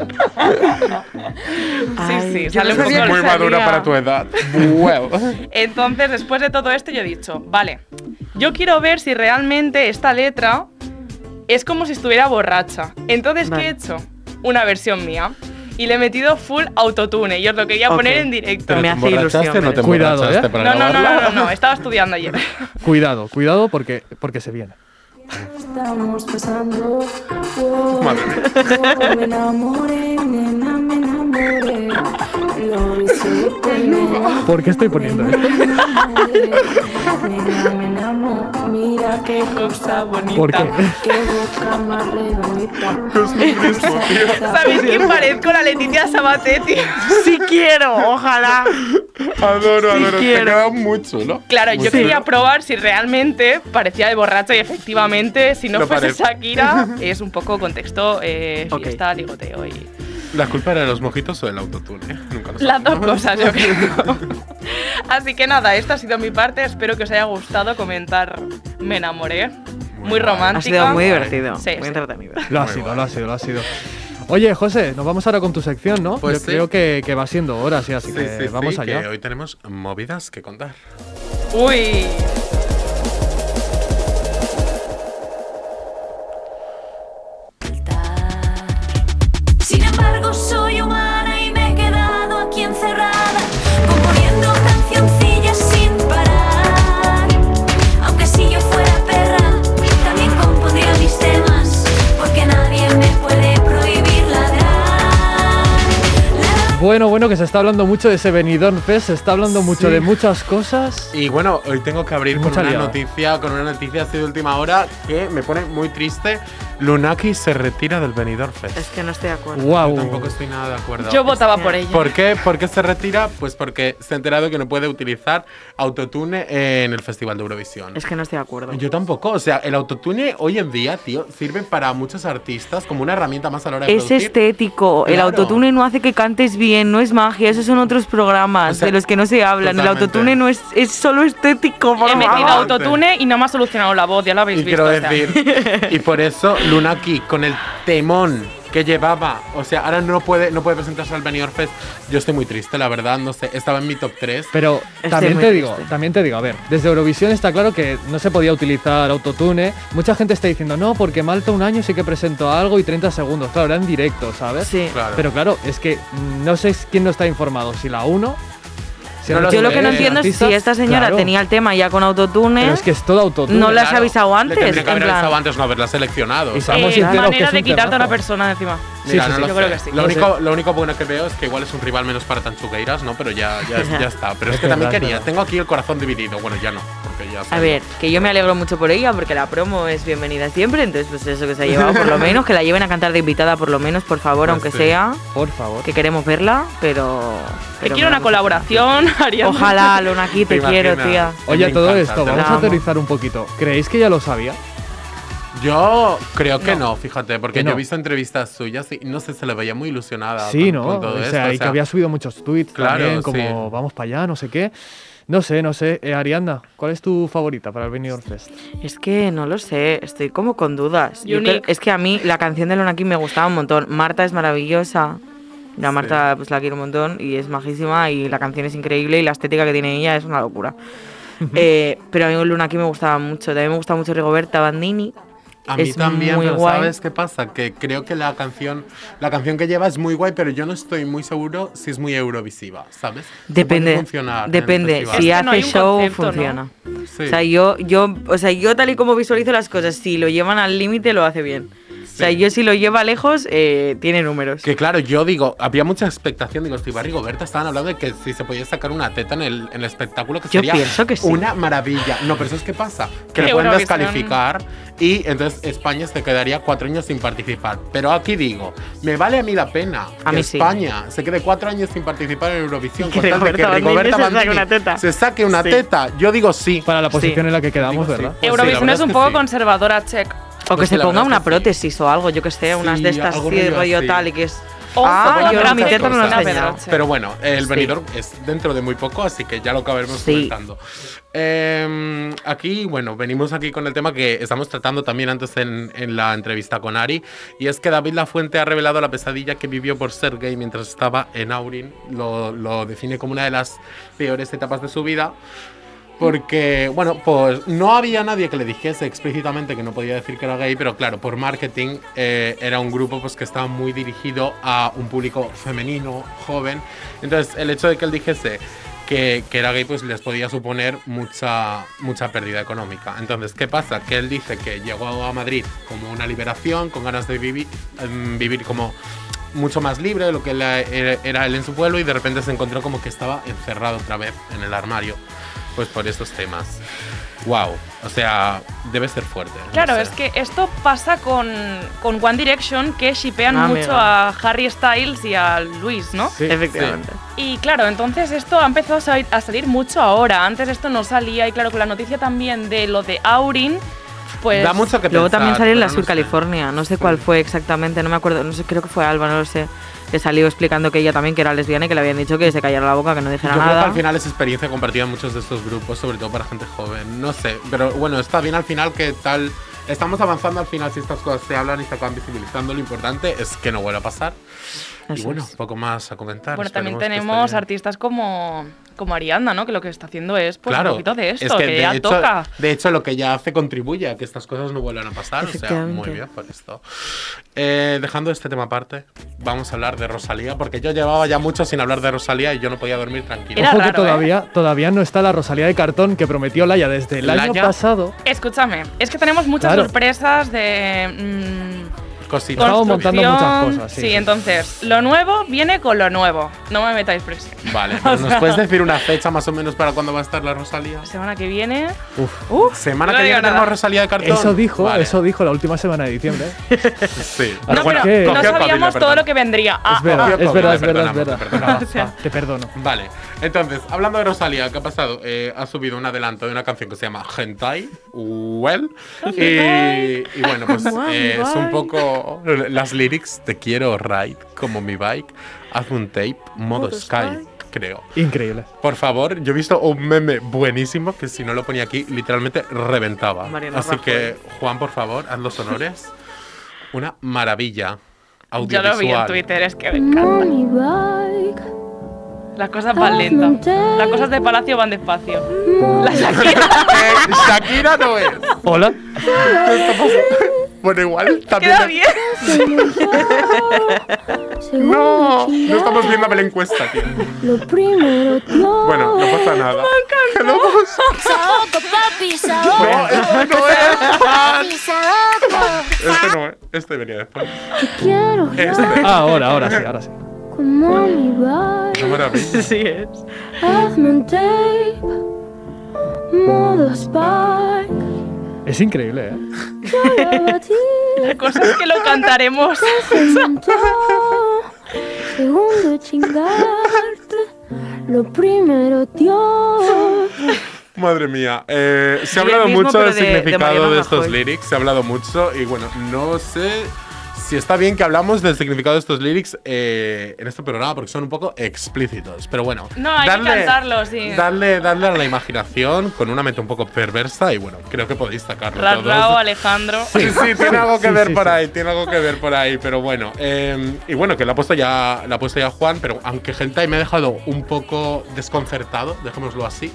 Sí, Ay, sí, yo sale no un sabía poco que Muy madura salía. para tu edad. Well. Entonces, después de todo esto, yo he dicho, vale, yo quiero ver si realmente esta letra es como si estuviera borracha. Entonces, Vale. ¿qué he hecho? Una versión mía. Y le he metido full autotune. Y os lo quería Ok. poner en directo. Pero me ¿Te hace emborrachaste ilusión, o no te ¿eh? Cuidado, emborrachaste ¿eh? para No, no, no, grabarla? no, no, no, estaba estudiando ayer. Cuidado, cuidado porque, porque se viene. Estamos pasando. Oh, Madre mía. oh, me enamoré, nena, me enamoré. Lo hiciste, nena. ¿Por qué estoy poniendo esto? Me enamoré, nena, me enamoré. Mira qué cosa bonita. ¿Por qué? Qué boca más redondita. ¿Sabéis quién parezco? La Leticia Sabatetti. Sí quiero, ojalá. Adoro, Sí adoro. Te quiero. queda mucho, ¿no? Claro, yo Mucho. quería probar si realmente parecía de borracha y efectivamente, si no Lo fuese parece. Shakira, es un poco contexto, eh, Ok. fiesta, ligoteo y… ¿La culpa era de los mojitos o del autotune? ¿eh? Nunca lo Las dos sabemos. cosas, yo creo. Así que nada, esta ha sido mi parte. Espero que os haya gustado comentar Me enamoré. Muy, guay. romántica. Ha sido muy divertido, Sí, muy sí. entretenido. Lo ha Muy sido, guay. lo ha sido, lo ha sido. Oye, José, nos vamos ahora con tu sección, ¿no? Pues Yo sí. creo que, que va siendo hora, sí, así Sí, que sí, vamos sí, allá. que hoy tenemos movidas que contar. Uy. Sin embargo, soy humana y me he quedado aquí encerrada, componiendo cancioncillas sin parar. Aunque si yo fuera perra, también compondría mis temas, porque nadie me puede prohibir ladrar. bueno, bueno, que se está hablando mucho de ese Benidorm Fest, se está hablando mucho Sí. de muchas cosas. Y bueno, hoy tengo que abrir con Mucha una liada. noticia, con una noticia así de última hora que me pone muy triste. Lunaki se retira del Benidorm Fest. Es que no estoy de acuerdo. Wow. Yo tampoco estoy nada de acuerdo. Yo votaba que- por ella. ¿Por qué? ¿Por qué se retira? Pues porque se ha enterado que no puede utilizar autotune en el Festival de Eurovisión. Es que no estoy de acuerdo. Yo tampoco. O sea, el autotune hoy en día, tío, sirve para muchos artistas como una herramienta más a la hora de Es producir. estético. El Claro. autotune no hace que cantes bien, no es magia. Esos son otros programas O sea, de los que no se hablan. El totalmente. autotune no es, es solo estético. por He metido favor. autotune y no me ha solucionado la voz, ya lo habéis Y visto. quiero o sea. decir, y por eso Lunaki, con el temón que llevaba, o sea, ahora no puede, no puede presentarse al Benidorm Fest. Yo estoy muy triste, la verdad, no sé, estaba en mi top tres. Pero Estoy también muy te digo, triste. también te digo, a ver, desde Eurovisión está claro que no se podía utilizar autotune. Mucha gente está diciendo, no, porque Malta un año sí que presentó algo y treinta segundos. Claro, era en directo, ¿sabes? Sí. Claro. Pero claro, es que mm, no sé quién no está informado, si la uno. Si No el lo resto Yo lo de que no entiendo es artistas. si esta señora Claro, tenía el tema ya con autotune. Pero es que es todo autotune. No le has Claro, avisado Le antes. tendría que haber en plan- avisado antes, no haberla seleccionado. Y ¿sabes? seamos Eh, sinceros que manera es de un quitarte a una temazo. persona de encima. Mira, sí, no sí, lo yo sé. creo que sí. Lo, No único, sé. lo único bueno que veo es que igual es un rival menos para Tanchugueiras, ¿no? Pero ya, ya, ya está. Pero es Es que también verdad, es quería. verdad. Tengo aquí el corazón dividido. Bueno, ya no, porque ya A sé. ver, que yo me alegro mucho por ella porque la promo es bienvenida siempre, entonces pues eso que se ha llevado por lo menos, que la lleven a cantar de invitada por lo menos, por favor, Pues aunque sí. sea, Por favor. que queremos verla, pero... Te pero quiero me una gusta. colaboración, Ariana. Ojalá, Luna, aquí te ¿Te quiero, imaginas? tía. Oye, Me a todo encanta, esto, te vamos la a amo. aterrizar un poquito. ¿Creéis que ya lo sabía? Yo creo que no, No. fíjate, porque Que no. yo he visto entrevistas suyas y no sé, se le veía muy ilusionada. Sí, con, ¿no? con todo o esto. sea, o y que sea, había subido muchos tweets Claro, también, como sí. vamos para allá, no sé qué. No sé, no sé. Eh, Arianda, ¿cuál es tu favorita para el Benidorm Fest? Es que no lo sé, estoy como con dudas. Yo Unique. creo- es que a mí la canción de Luna aquí me gustaba un montón. Marta es maravillosa. La Marta pues la quiero un montón y es majísima y la canción es increíble y la estética que tiene ella es una locura. Eh, pero a mí Luna aquí me gustaba mucho. También me gusta mucho Rigoberta Bandini. A mí es también, muy pero guay. ¿sabes qué pasa? Que creo que la canción, la canción que lleva es muy guay, pero yo no estoy muy seguro si es muy eurovisiva, ¿sabes? Si Depende, puede funcionar en el depende. festival. Si Es que no hace hay un show, concepto, ¿no? funciona. Sí. O sea, yo, yo, o sea, yo tal y como visualizo las cosas, si lo llevan al límite, lo hace bien. O sea, Sí. yo si lo lleva lejos, eh, tiene números. Que claro, yo digo, había mucha expectación. Digo, Steve Rigoberta estaban hablando de que si se podía sacar una teta en el, en el espectáculo, que Yo sería pienso que sí. una maravilla. No, pero eso es que pasa, que le Que pueden Eurovisión- descalificar y entonces España se quedaría cuatro años sin participar. Pero aquí digo, me vale a mí la pena A que mí sí. España se quede cuatro años sin participar en Eurovisión Y que con tal de que Rigoberta Rigoberta Bandini se saque Bandini una teta. se saque una Sí. teta. Yo digo sí. Para la posición Sí. en la que quedamos, Digo sí. ¿verdad? Pues sí, la Eurovisión verdad es un que poco sí. conservadora, check. O que Pues sí, se la ponga verdad es una que sí. prótesis o algo, yo que sé, unas Sí, de estas algo así de rollo rollo así. tal y que es... O ah, se yo ponga mi una teta no lo he prótesis, enseñado. Sí. Pero bueno, el Sí. Benidorm es dentro de muy poco, así que ya lo acabaremos Sí. comentando. Eh, aquí, bueno, venimos aquí con el tema que estamos tratando también antes en, en la entrevista con Ari, y es que David Lafuente ha revelado la pesadilla que vivió por ser gay mientras estaba en Aurin. Lo, lo define como una de las peores etapas de su vida. Porque, bueno, pues no había nadie que le dijese explícitamente que no podía decir que era gay, pero claro, por marketing eh, era un grupo pues que estaba muy dirigido a un público femenino, joven. Entonces, el hecho de que él dijese que, que era gay, pues les podía suponer mucha, mucha pérdida económica. Entonces, ¿qué pasa? Que él dice que llegó a Madrid como una liberación, con ganas de vivir, em, vivir como mucho más libre de lo que él era, era él en su pueblo, y de repente se encontró como que estaba encerrado otra vez en el armario. Pues por estos temas. Wow, o sea, debe ser fuerte. no Claro, sé. es que esto pasa con, con One Direction, que shipean Ah, mucho amiga. a Harry Styles y a Luis, ¿no? Sí, Efectivamente. Y claro, entonces esto ha empezado a salir, a salir mucho ahora. Antes esto no salía, y claro, con la noticia también de lo de Aurin, pues... Da mucho que Luego pensar, también salió en la pero Sur no sé. California, no sé cuál fue exactamente, no me acuerdo, no sé, creo que fue Alba, no lo sé, que salió explicando que ella también que era lesbiana y que le habían dicho que se callara la boca, que no dijera Yo creo nada. que al final es experiencia compartida en muchos de estos grupos, sobre todo para gente joven. No sé, pero bueno, está bien al final que tal... Estamos avanzando al final si estas cosas se hablan y se acaban visibilizando. Lo importante es que no vuelva a pasar. Y Eso bueno, es. poco más a comentar. Bueno, también Esperemos que esté tenemos bien. artistas como, como Arianda, ¿no? Que lo que está haciendo es pues, Claro, un poquito de esto, es que, que, de ya hecho, toca. De hecho, lo que ya hace contribuye a que estas cosas no vuelvan a pasar. O sea, Efectivamente. muy bien por esto. Eh, dejando este tema aparte, vamos a hablar de Rosalía, porque yo llevaba ya mucho sin hablar de Rosalía y yo no podía dormir tranquilo. Era Ojo raro, que todavía, todavía no está la Rosalía de cartón que prometió Laia desde el año Laia. pasado. Escúchame, es que tenemos muchas Claro. sorpresas de... mm, cositas. Estamos montando muchas Construcción, cosas, sí, Sí, sí. entonces, lo nuevo viene con lo nuevo. No me metáis presión. Vale, pero ¿nos puedes decir una fecha más o menos para cuándo va a estar la Rosalía? Semana que viene. Uf. Semana no que digo viene nada. tenemos Rosalía de cartón. Eso dijo, Vale. eso dijo la última semana de diciembre. Sí. No, Bueno, pero ¿qué? no Cogió COVID, sabíamos le todo perdono. lo que vendría. Ah, Es verdad, Cogió es COVID, verdad, le es verdad, es perdonamos, verdad. le perdonamos. Va, va, te perdono. Vale, entonces, hablando de Rosalía, ¿qué ha pasado? Eh, ha subido un adelanto de una canción que se llama Hentai, Well, y, y bueno, pues eh, es un poco las lyrics, te quiero ride como mi bike, hazme un tape, modo Sky, creo. Increíble. Por favor, yo he visto un meme buenísimo que si no lo ponía aquí, literalmente reventaba. Mariano Así Rajoy. que, Juan, por favor, haz los honores. Una maravilla yo audiovisual. lo vi en Twitter, es que me encanta. Las cosas van lento. Las cosas de palacio van despacio. La Shakira. Eh, Shakira no es. Hola. Bueno, igual también. Queda bien. No, no estamos viendo la encuesta, tío. Lo primero, Dios. Bueno, no pasa nada. Que no Saoco, papi, saoco. No, este no Papi, saoco. es. Este no es. Este venía después. Te quiero Este. Ah, ahora, ahora sí, ahora sí. como mi bike. Qué maravilla. Sí es. Hazme un tape, modo Spark. Es increíble, ¿eh? La cosa es que lo cantaremos. Segundo, chingarte. Lo primero, Dios. Madre mía, eh, se ha Y el hablado mismo, mucho del pero de- de significado Mariano de, estos Rajoy. lyrics, se ha hablado mucho y bueno, no sé si está bien que hablamos del significado de estos lyrics eh, en este programa porque son un poco explícitos, pero bueno. No, hay que cantarlos, sí. Darle, darle a la imaginación con una mente un poco perversa y bueno, creo que podéis sacarlo Rasrao, todos. Alejandro. Sí, sí, tiene algo que Sí, ver sí, por sí. ahí, tiene algo que ver por ahí, pero bueno. eh, y bueno, que la ha puesto ya, la ha puesto ya Juan, pero aunque Hentai me ha dejado un poco desconcertado, dejémoslo así.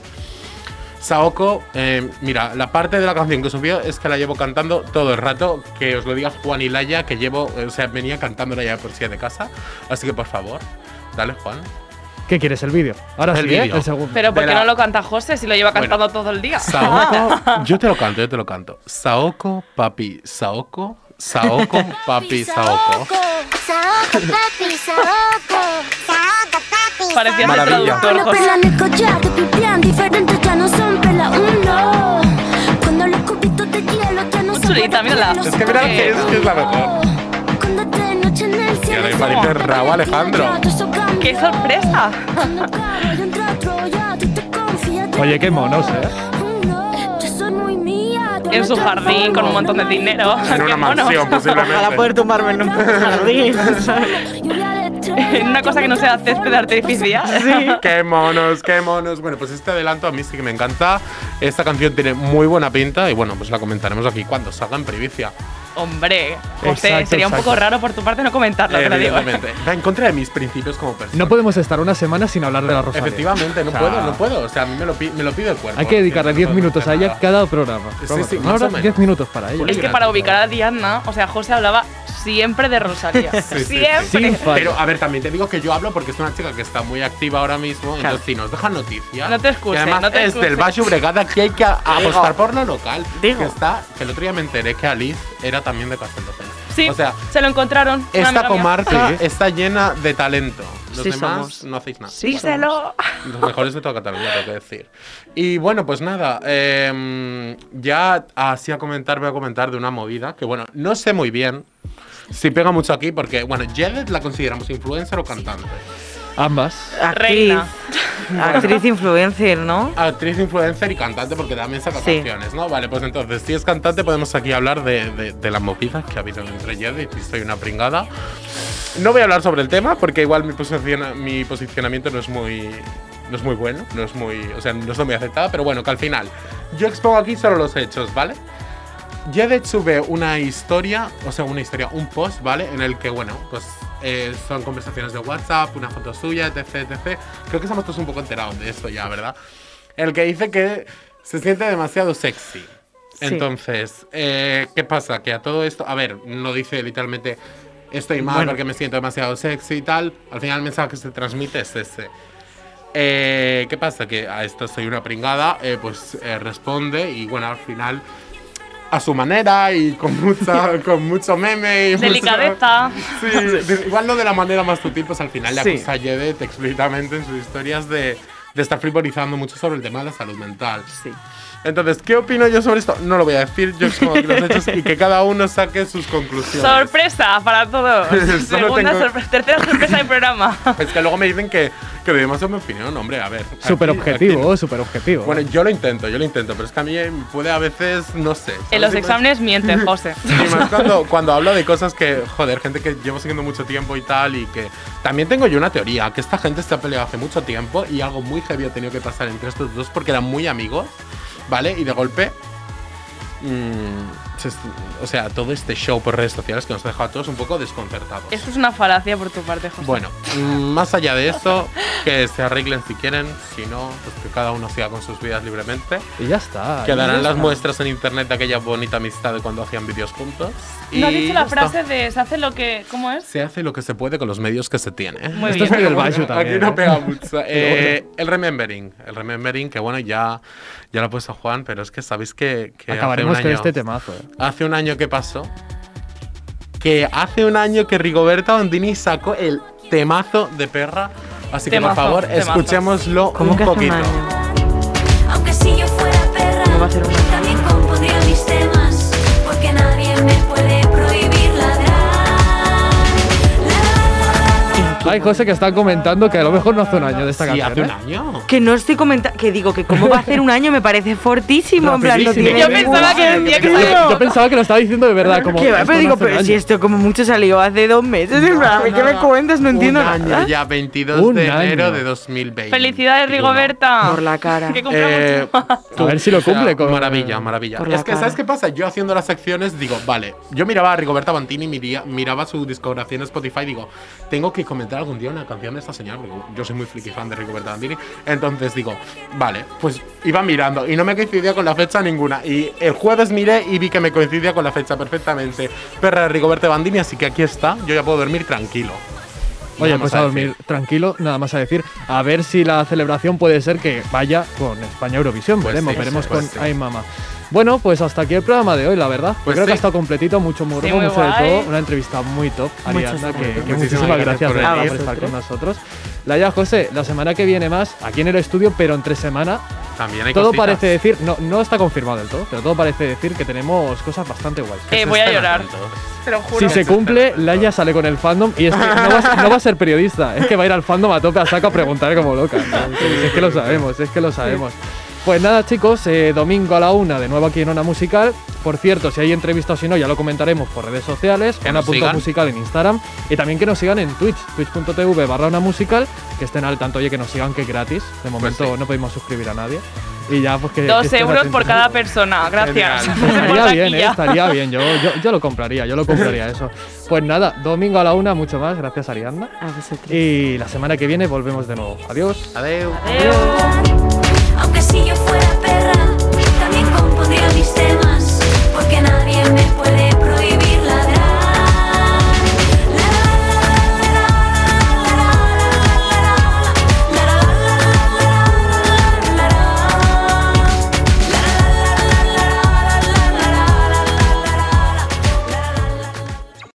Saoko, eh, mira, la parte de la canción que subió es que la llevo cantando todo el rato. Que os lo diga Juan y Laia, que llevo, o sea, venía cantándola ya por sí de casa. Así que por favor, dale, Juan. ¿Qué quieres, el vídeo? Ahora El sí, ¿eh? vídeo. El segundo. Pero ¿por De qué la- no lo canta José si lo lleva cantando todo el día? Saoko, yo te lo canto, yo te lo canto. Saoko, papi, Saoko, Saoko, papi, Saoko. Saoco, papi, saoco. Saoco, papi. Parecía el Maravilla. traductor, Los José. pelas en el collar te pipián diferentes, ya no son pela uno. Cuando los cubitos de hielo ya no Muy son chulita, mírala. los Es que mira que es, que es la mejor. Cuando de noche en el Y cielo ahora me parece Raúl Alejandro. ¡Qué sorpresa! Cuando caballo entra a Troya, tú te confías de Oye, qué monos, ¿eh? uno. Yo soy muy mía, de En su otra jardín con un forma. montón de dinero. En ¡Qué una monos! mansión, posiblemente. Ojalá poder tumbarme en un jardín. Lluvia de estrellas. En una cosa que no sea césped artificial. Sí. Qué monos, qué monos. Bueno, pues este adelanto a mí sí que me encanta. Esta canción tiene muy buena pinta y bueno, pues la comentaremos aquí cuando salga en primicia. Hombre, José, Exacto, sería un poco exacto. raro por tu parte no comentarlo, te lo digo. Evidentemente. Va en contra de mis principios como persona. No podemos estar una semana sin hablar de la Rosalía. Efectivamente, no O sea, puedo, no puedo. O sea, a mí me lo, pi- me lo pide el cuerpo. Hay que dedicarle No diez puedo minutos a hacer ella nada. cada programa. Sí, Vamos, sí, una más hora, o menos. diez minutos para ella. Es que para ubicar a Diana, o sea, José hablaba siempre de Rosalía. Sí, sí, sí. Siempre. Sin fallo. Pero a ver, también te digo que yo hablo porque es una chica que está muy activa ahora mismo. Entonces, si nos dejan noticias. No te excuses, Y además no te es excuses. del Baix Llobregat, aquí hay que a- apostar por lo local. Digo. Que está, que el otro día me enteré que Alice era también de Castelldefels. Sí, O sea, se lo encontraron. una esta amiga mía. comarca Sí. está llena de talento. Los Sí demás somos. no hacéis nada. Díselo. Los mejores de toda Cataluña, tengo que decir. Y bueno, pues nada, eh, ya así a comentar, voy a comentar de una movida que, bueno, no sé muy bien si pega mucho aquí, porque, bueno, Jedet la consideramos influencer o cantante. Ambas. Actriz. Reina. Actriz influencer, ¿no? Actriz, influencer y cantante, porque también saca Sí. canciones, ¿no? Vale, pues entonces, si es cantante, podemos aquí hablar de, de, de las movidas que ha habido entre Jedet y Soy una pringada. No voy a hablar sobre el tema, porque igual mi, posiciona- mi posicionamiento no es muy. No es muy bueno, no es muy. O sea, no estoy muy aceptada, pero bueno, que al final. Yo expongo aquí solo los hechos, ¿vale? Jedet sube una historia, o sea, una historia, un post, ¿vale? En el que, bueno, pues eh, son conversaciones de WhatsApp, una foto suya, etc, etcétera. Creo que estamos todos un poco enterados de esto ya, ¿verdad? En el que dice que se siente demasiado sexy. Sí. Entonces, eh, ¿qué pasa? Que a todo esto, a ver, no dice literalmente estoy mal Bueno. porque me siento demasiado sexy y tal. Al final el mensaje que se transmite es ese. Eh, ¿Qué pasa? Que a esto soy una pringada, eh, pues eh, responde y bueno, al final a su manera y con, mucha, con mucho meme. Y delicadeza. Mucho, sí, igual no de la manera más sutil, pues al final le Sí. acusa a Yedet explícitamente en sus historias de, de estar frivolizando mucho sobre el tema de la salud mental. Sí. Entonces, ¿qué opino yo sobre esto? No lo voy a decir, yo expongo aquí los hechos y que cada uno saque sus conclusiones. Sorpresa para todos. Segunda tengo- sorpresa, tercera sorpresa del programa. Es que luego me dicen que, que debemos hacer mi opinión, hombre, a ver. Súper aquí- objetivo, aquí- súper objetivo. Bueno, yo lo intento, yo lo intento, pero es que a mí puede a veces, no sé. En los ¿sabes? exámenes mienten, José. Y más cuando, cuando hablo de cosas que, joder, gente que llevo siguiendo mucho tiempo y tal, y que también tengo yo una teoría, que esta gente se ha peleado hace mucho tiempo y algo muy heavy ha tenido que pasar entre estos dos porque eran muy amigos, ¿vale? Y de golpe, mmm, se est- o sea, todo este show por redes sociales que nos ha dejado a todos un poco desconcertados. Esto es una falacia por tu parte, José. Bueno, mm, más allá de eso, que se arreglen si quieren, si no, pues que cada uno siga con sus vidas libremente. Y ya está. Quedarán y ya las está. muestras en internet de aquella bonita amistad de cuando hacían vídeos juntos. ¿No has y dicho la ya está. frase de se hace lo que. ¿Cómo es? Se hace lo que se puede con los medios que se tiene. Muy Esto es bien. muy del Baixo también. Aquí no ¿eh? pega mucho. Eh, el remembering. El remembering, que bueno, ya, ya lo ha puesto Juan, pero es que sabéis que, que Acabaremos hace un con año, este temazo. ¿eh? Hace un año que pasó. Que hace un año que Rigoberta Bandini sacó el temazo de Perra. Así que Temazo, por favor, temazo. escuchémoslo ¿Cómo un que hace un poquito. año? Aunque si yo fuera perra, ¿Cómo va a ser un año? también compondría mis temas, porque nadie me puede prohibir ladrar. Hay José que está comentando que a lo mejor no hace un año de esta Sí, canción. hace un ¿eh? año. Que no estoy comentando, que digo que cómo va a hacer un año me parece fortísimo, en plan, no Rapidísimo. tiene Yo ningún- pensaba que decía que Yo, salió. yo pensaba que lo estaba diciendo de verdad. Como, ¿Qué va? esto Pero no digo, hace un pero si año. esto como mucho salió hace dos meses, en plan, ¿a mí ¿qué me cuentas? No entiendo un año nada. ya, veintidós Un de enero año. de dos mil veinte. Felicidades, Rigoberta. Por la cara. Que cumpla Eh, mucho más. A ver si lo o sea, cumple con- Maravilla, maravilla. Por la Es que, cara. ¿sabes qué pasa? Yo haciendo las secciones digo, vale, yo miraba a Rigoberta Bandini, miría- miraba su discografía en Spotify y digo, tengo que comentar algún día una canción de esta señora, porque yo soy muy friki fan de Rigoberta Bandini. Entonces digo, vale, pues iba mirando y no me coincidía con la fecha ninguna. Y el jueves miré y vi que me coincidía con la fecha perfectamente. Perra de Rigoberta Bandini, así que aquí está, yo ya puedo dormir tranquilo. Oye, Nada pues más a decir. dormir tranquilo, nada más a decir. A ver si la celebración puede ser que vaya con España Eurovisión. Pues veremos, sí, veremos pues con sí. Ay Mama. Bueno, pues hasta aquí el programa de hoy, la verdad. Pues Yo creo que sí. ha estado completito, mucho morbo, Sí, muy mucho de guay. todo. Una entrevista muy top, Muchas Ariadna, que, gracias. que Muchísimas muchísimas gracias gracias por de verdad venir. por estar con nosotros. Laia, José, la semana que viene más, aquí en el estudio, pero entre semana. También hay Todo cositas. parece decir, no, no está confirmado del todo, pero todo parece decir que tenemos cosas bastante guays. Eh, Se voy a estén llorar. atentos. Te lo juro. Si se cumple, Laia sale con el fandom y es que no va, a ser, no va a ser periodista, es que va a ir al fandom a tope a saco a preguntar como loca. Entonces, es que lo sabemos, es que lo sabemos. Pues nada, chicos, eh, domingo a la una, de nuevo aquí en Ona Musical. Por cierto, si hay entrevista o si no, ya lo comentaremos por redes sociales. Que nos Ona punto sigan. musical en Instagram. Y también que nos sigan en Twitch, twitch punto tv barra Ona Musical. Que estén al tanto, oye, que nos sigan, que es gratis. De momento sí. no podemos suscribir a nadie. Y ya, pues que. que Dos estén euros atentos. por cada persona. Gracias. Genial. Por Estaría bien, taquilla. eh, estaría bien. Yo, yo, yo lo compraría, yo lo compraría eso. Pues nada, domingo a la una, mucho más. Gracias, Ariadna. A vosotros. Y la semana que viene volvemos de nuevo. Adiós. Adeu. Aunque si yo fuera perra, también compondría mis temas, porque nadie me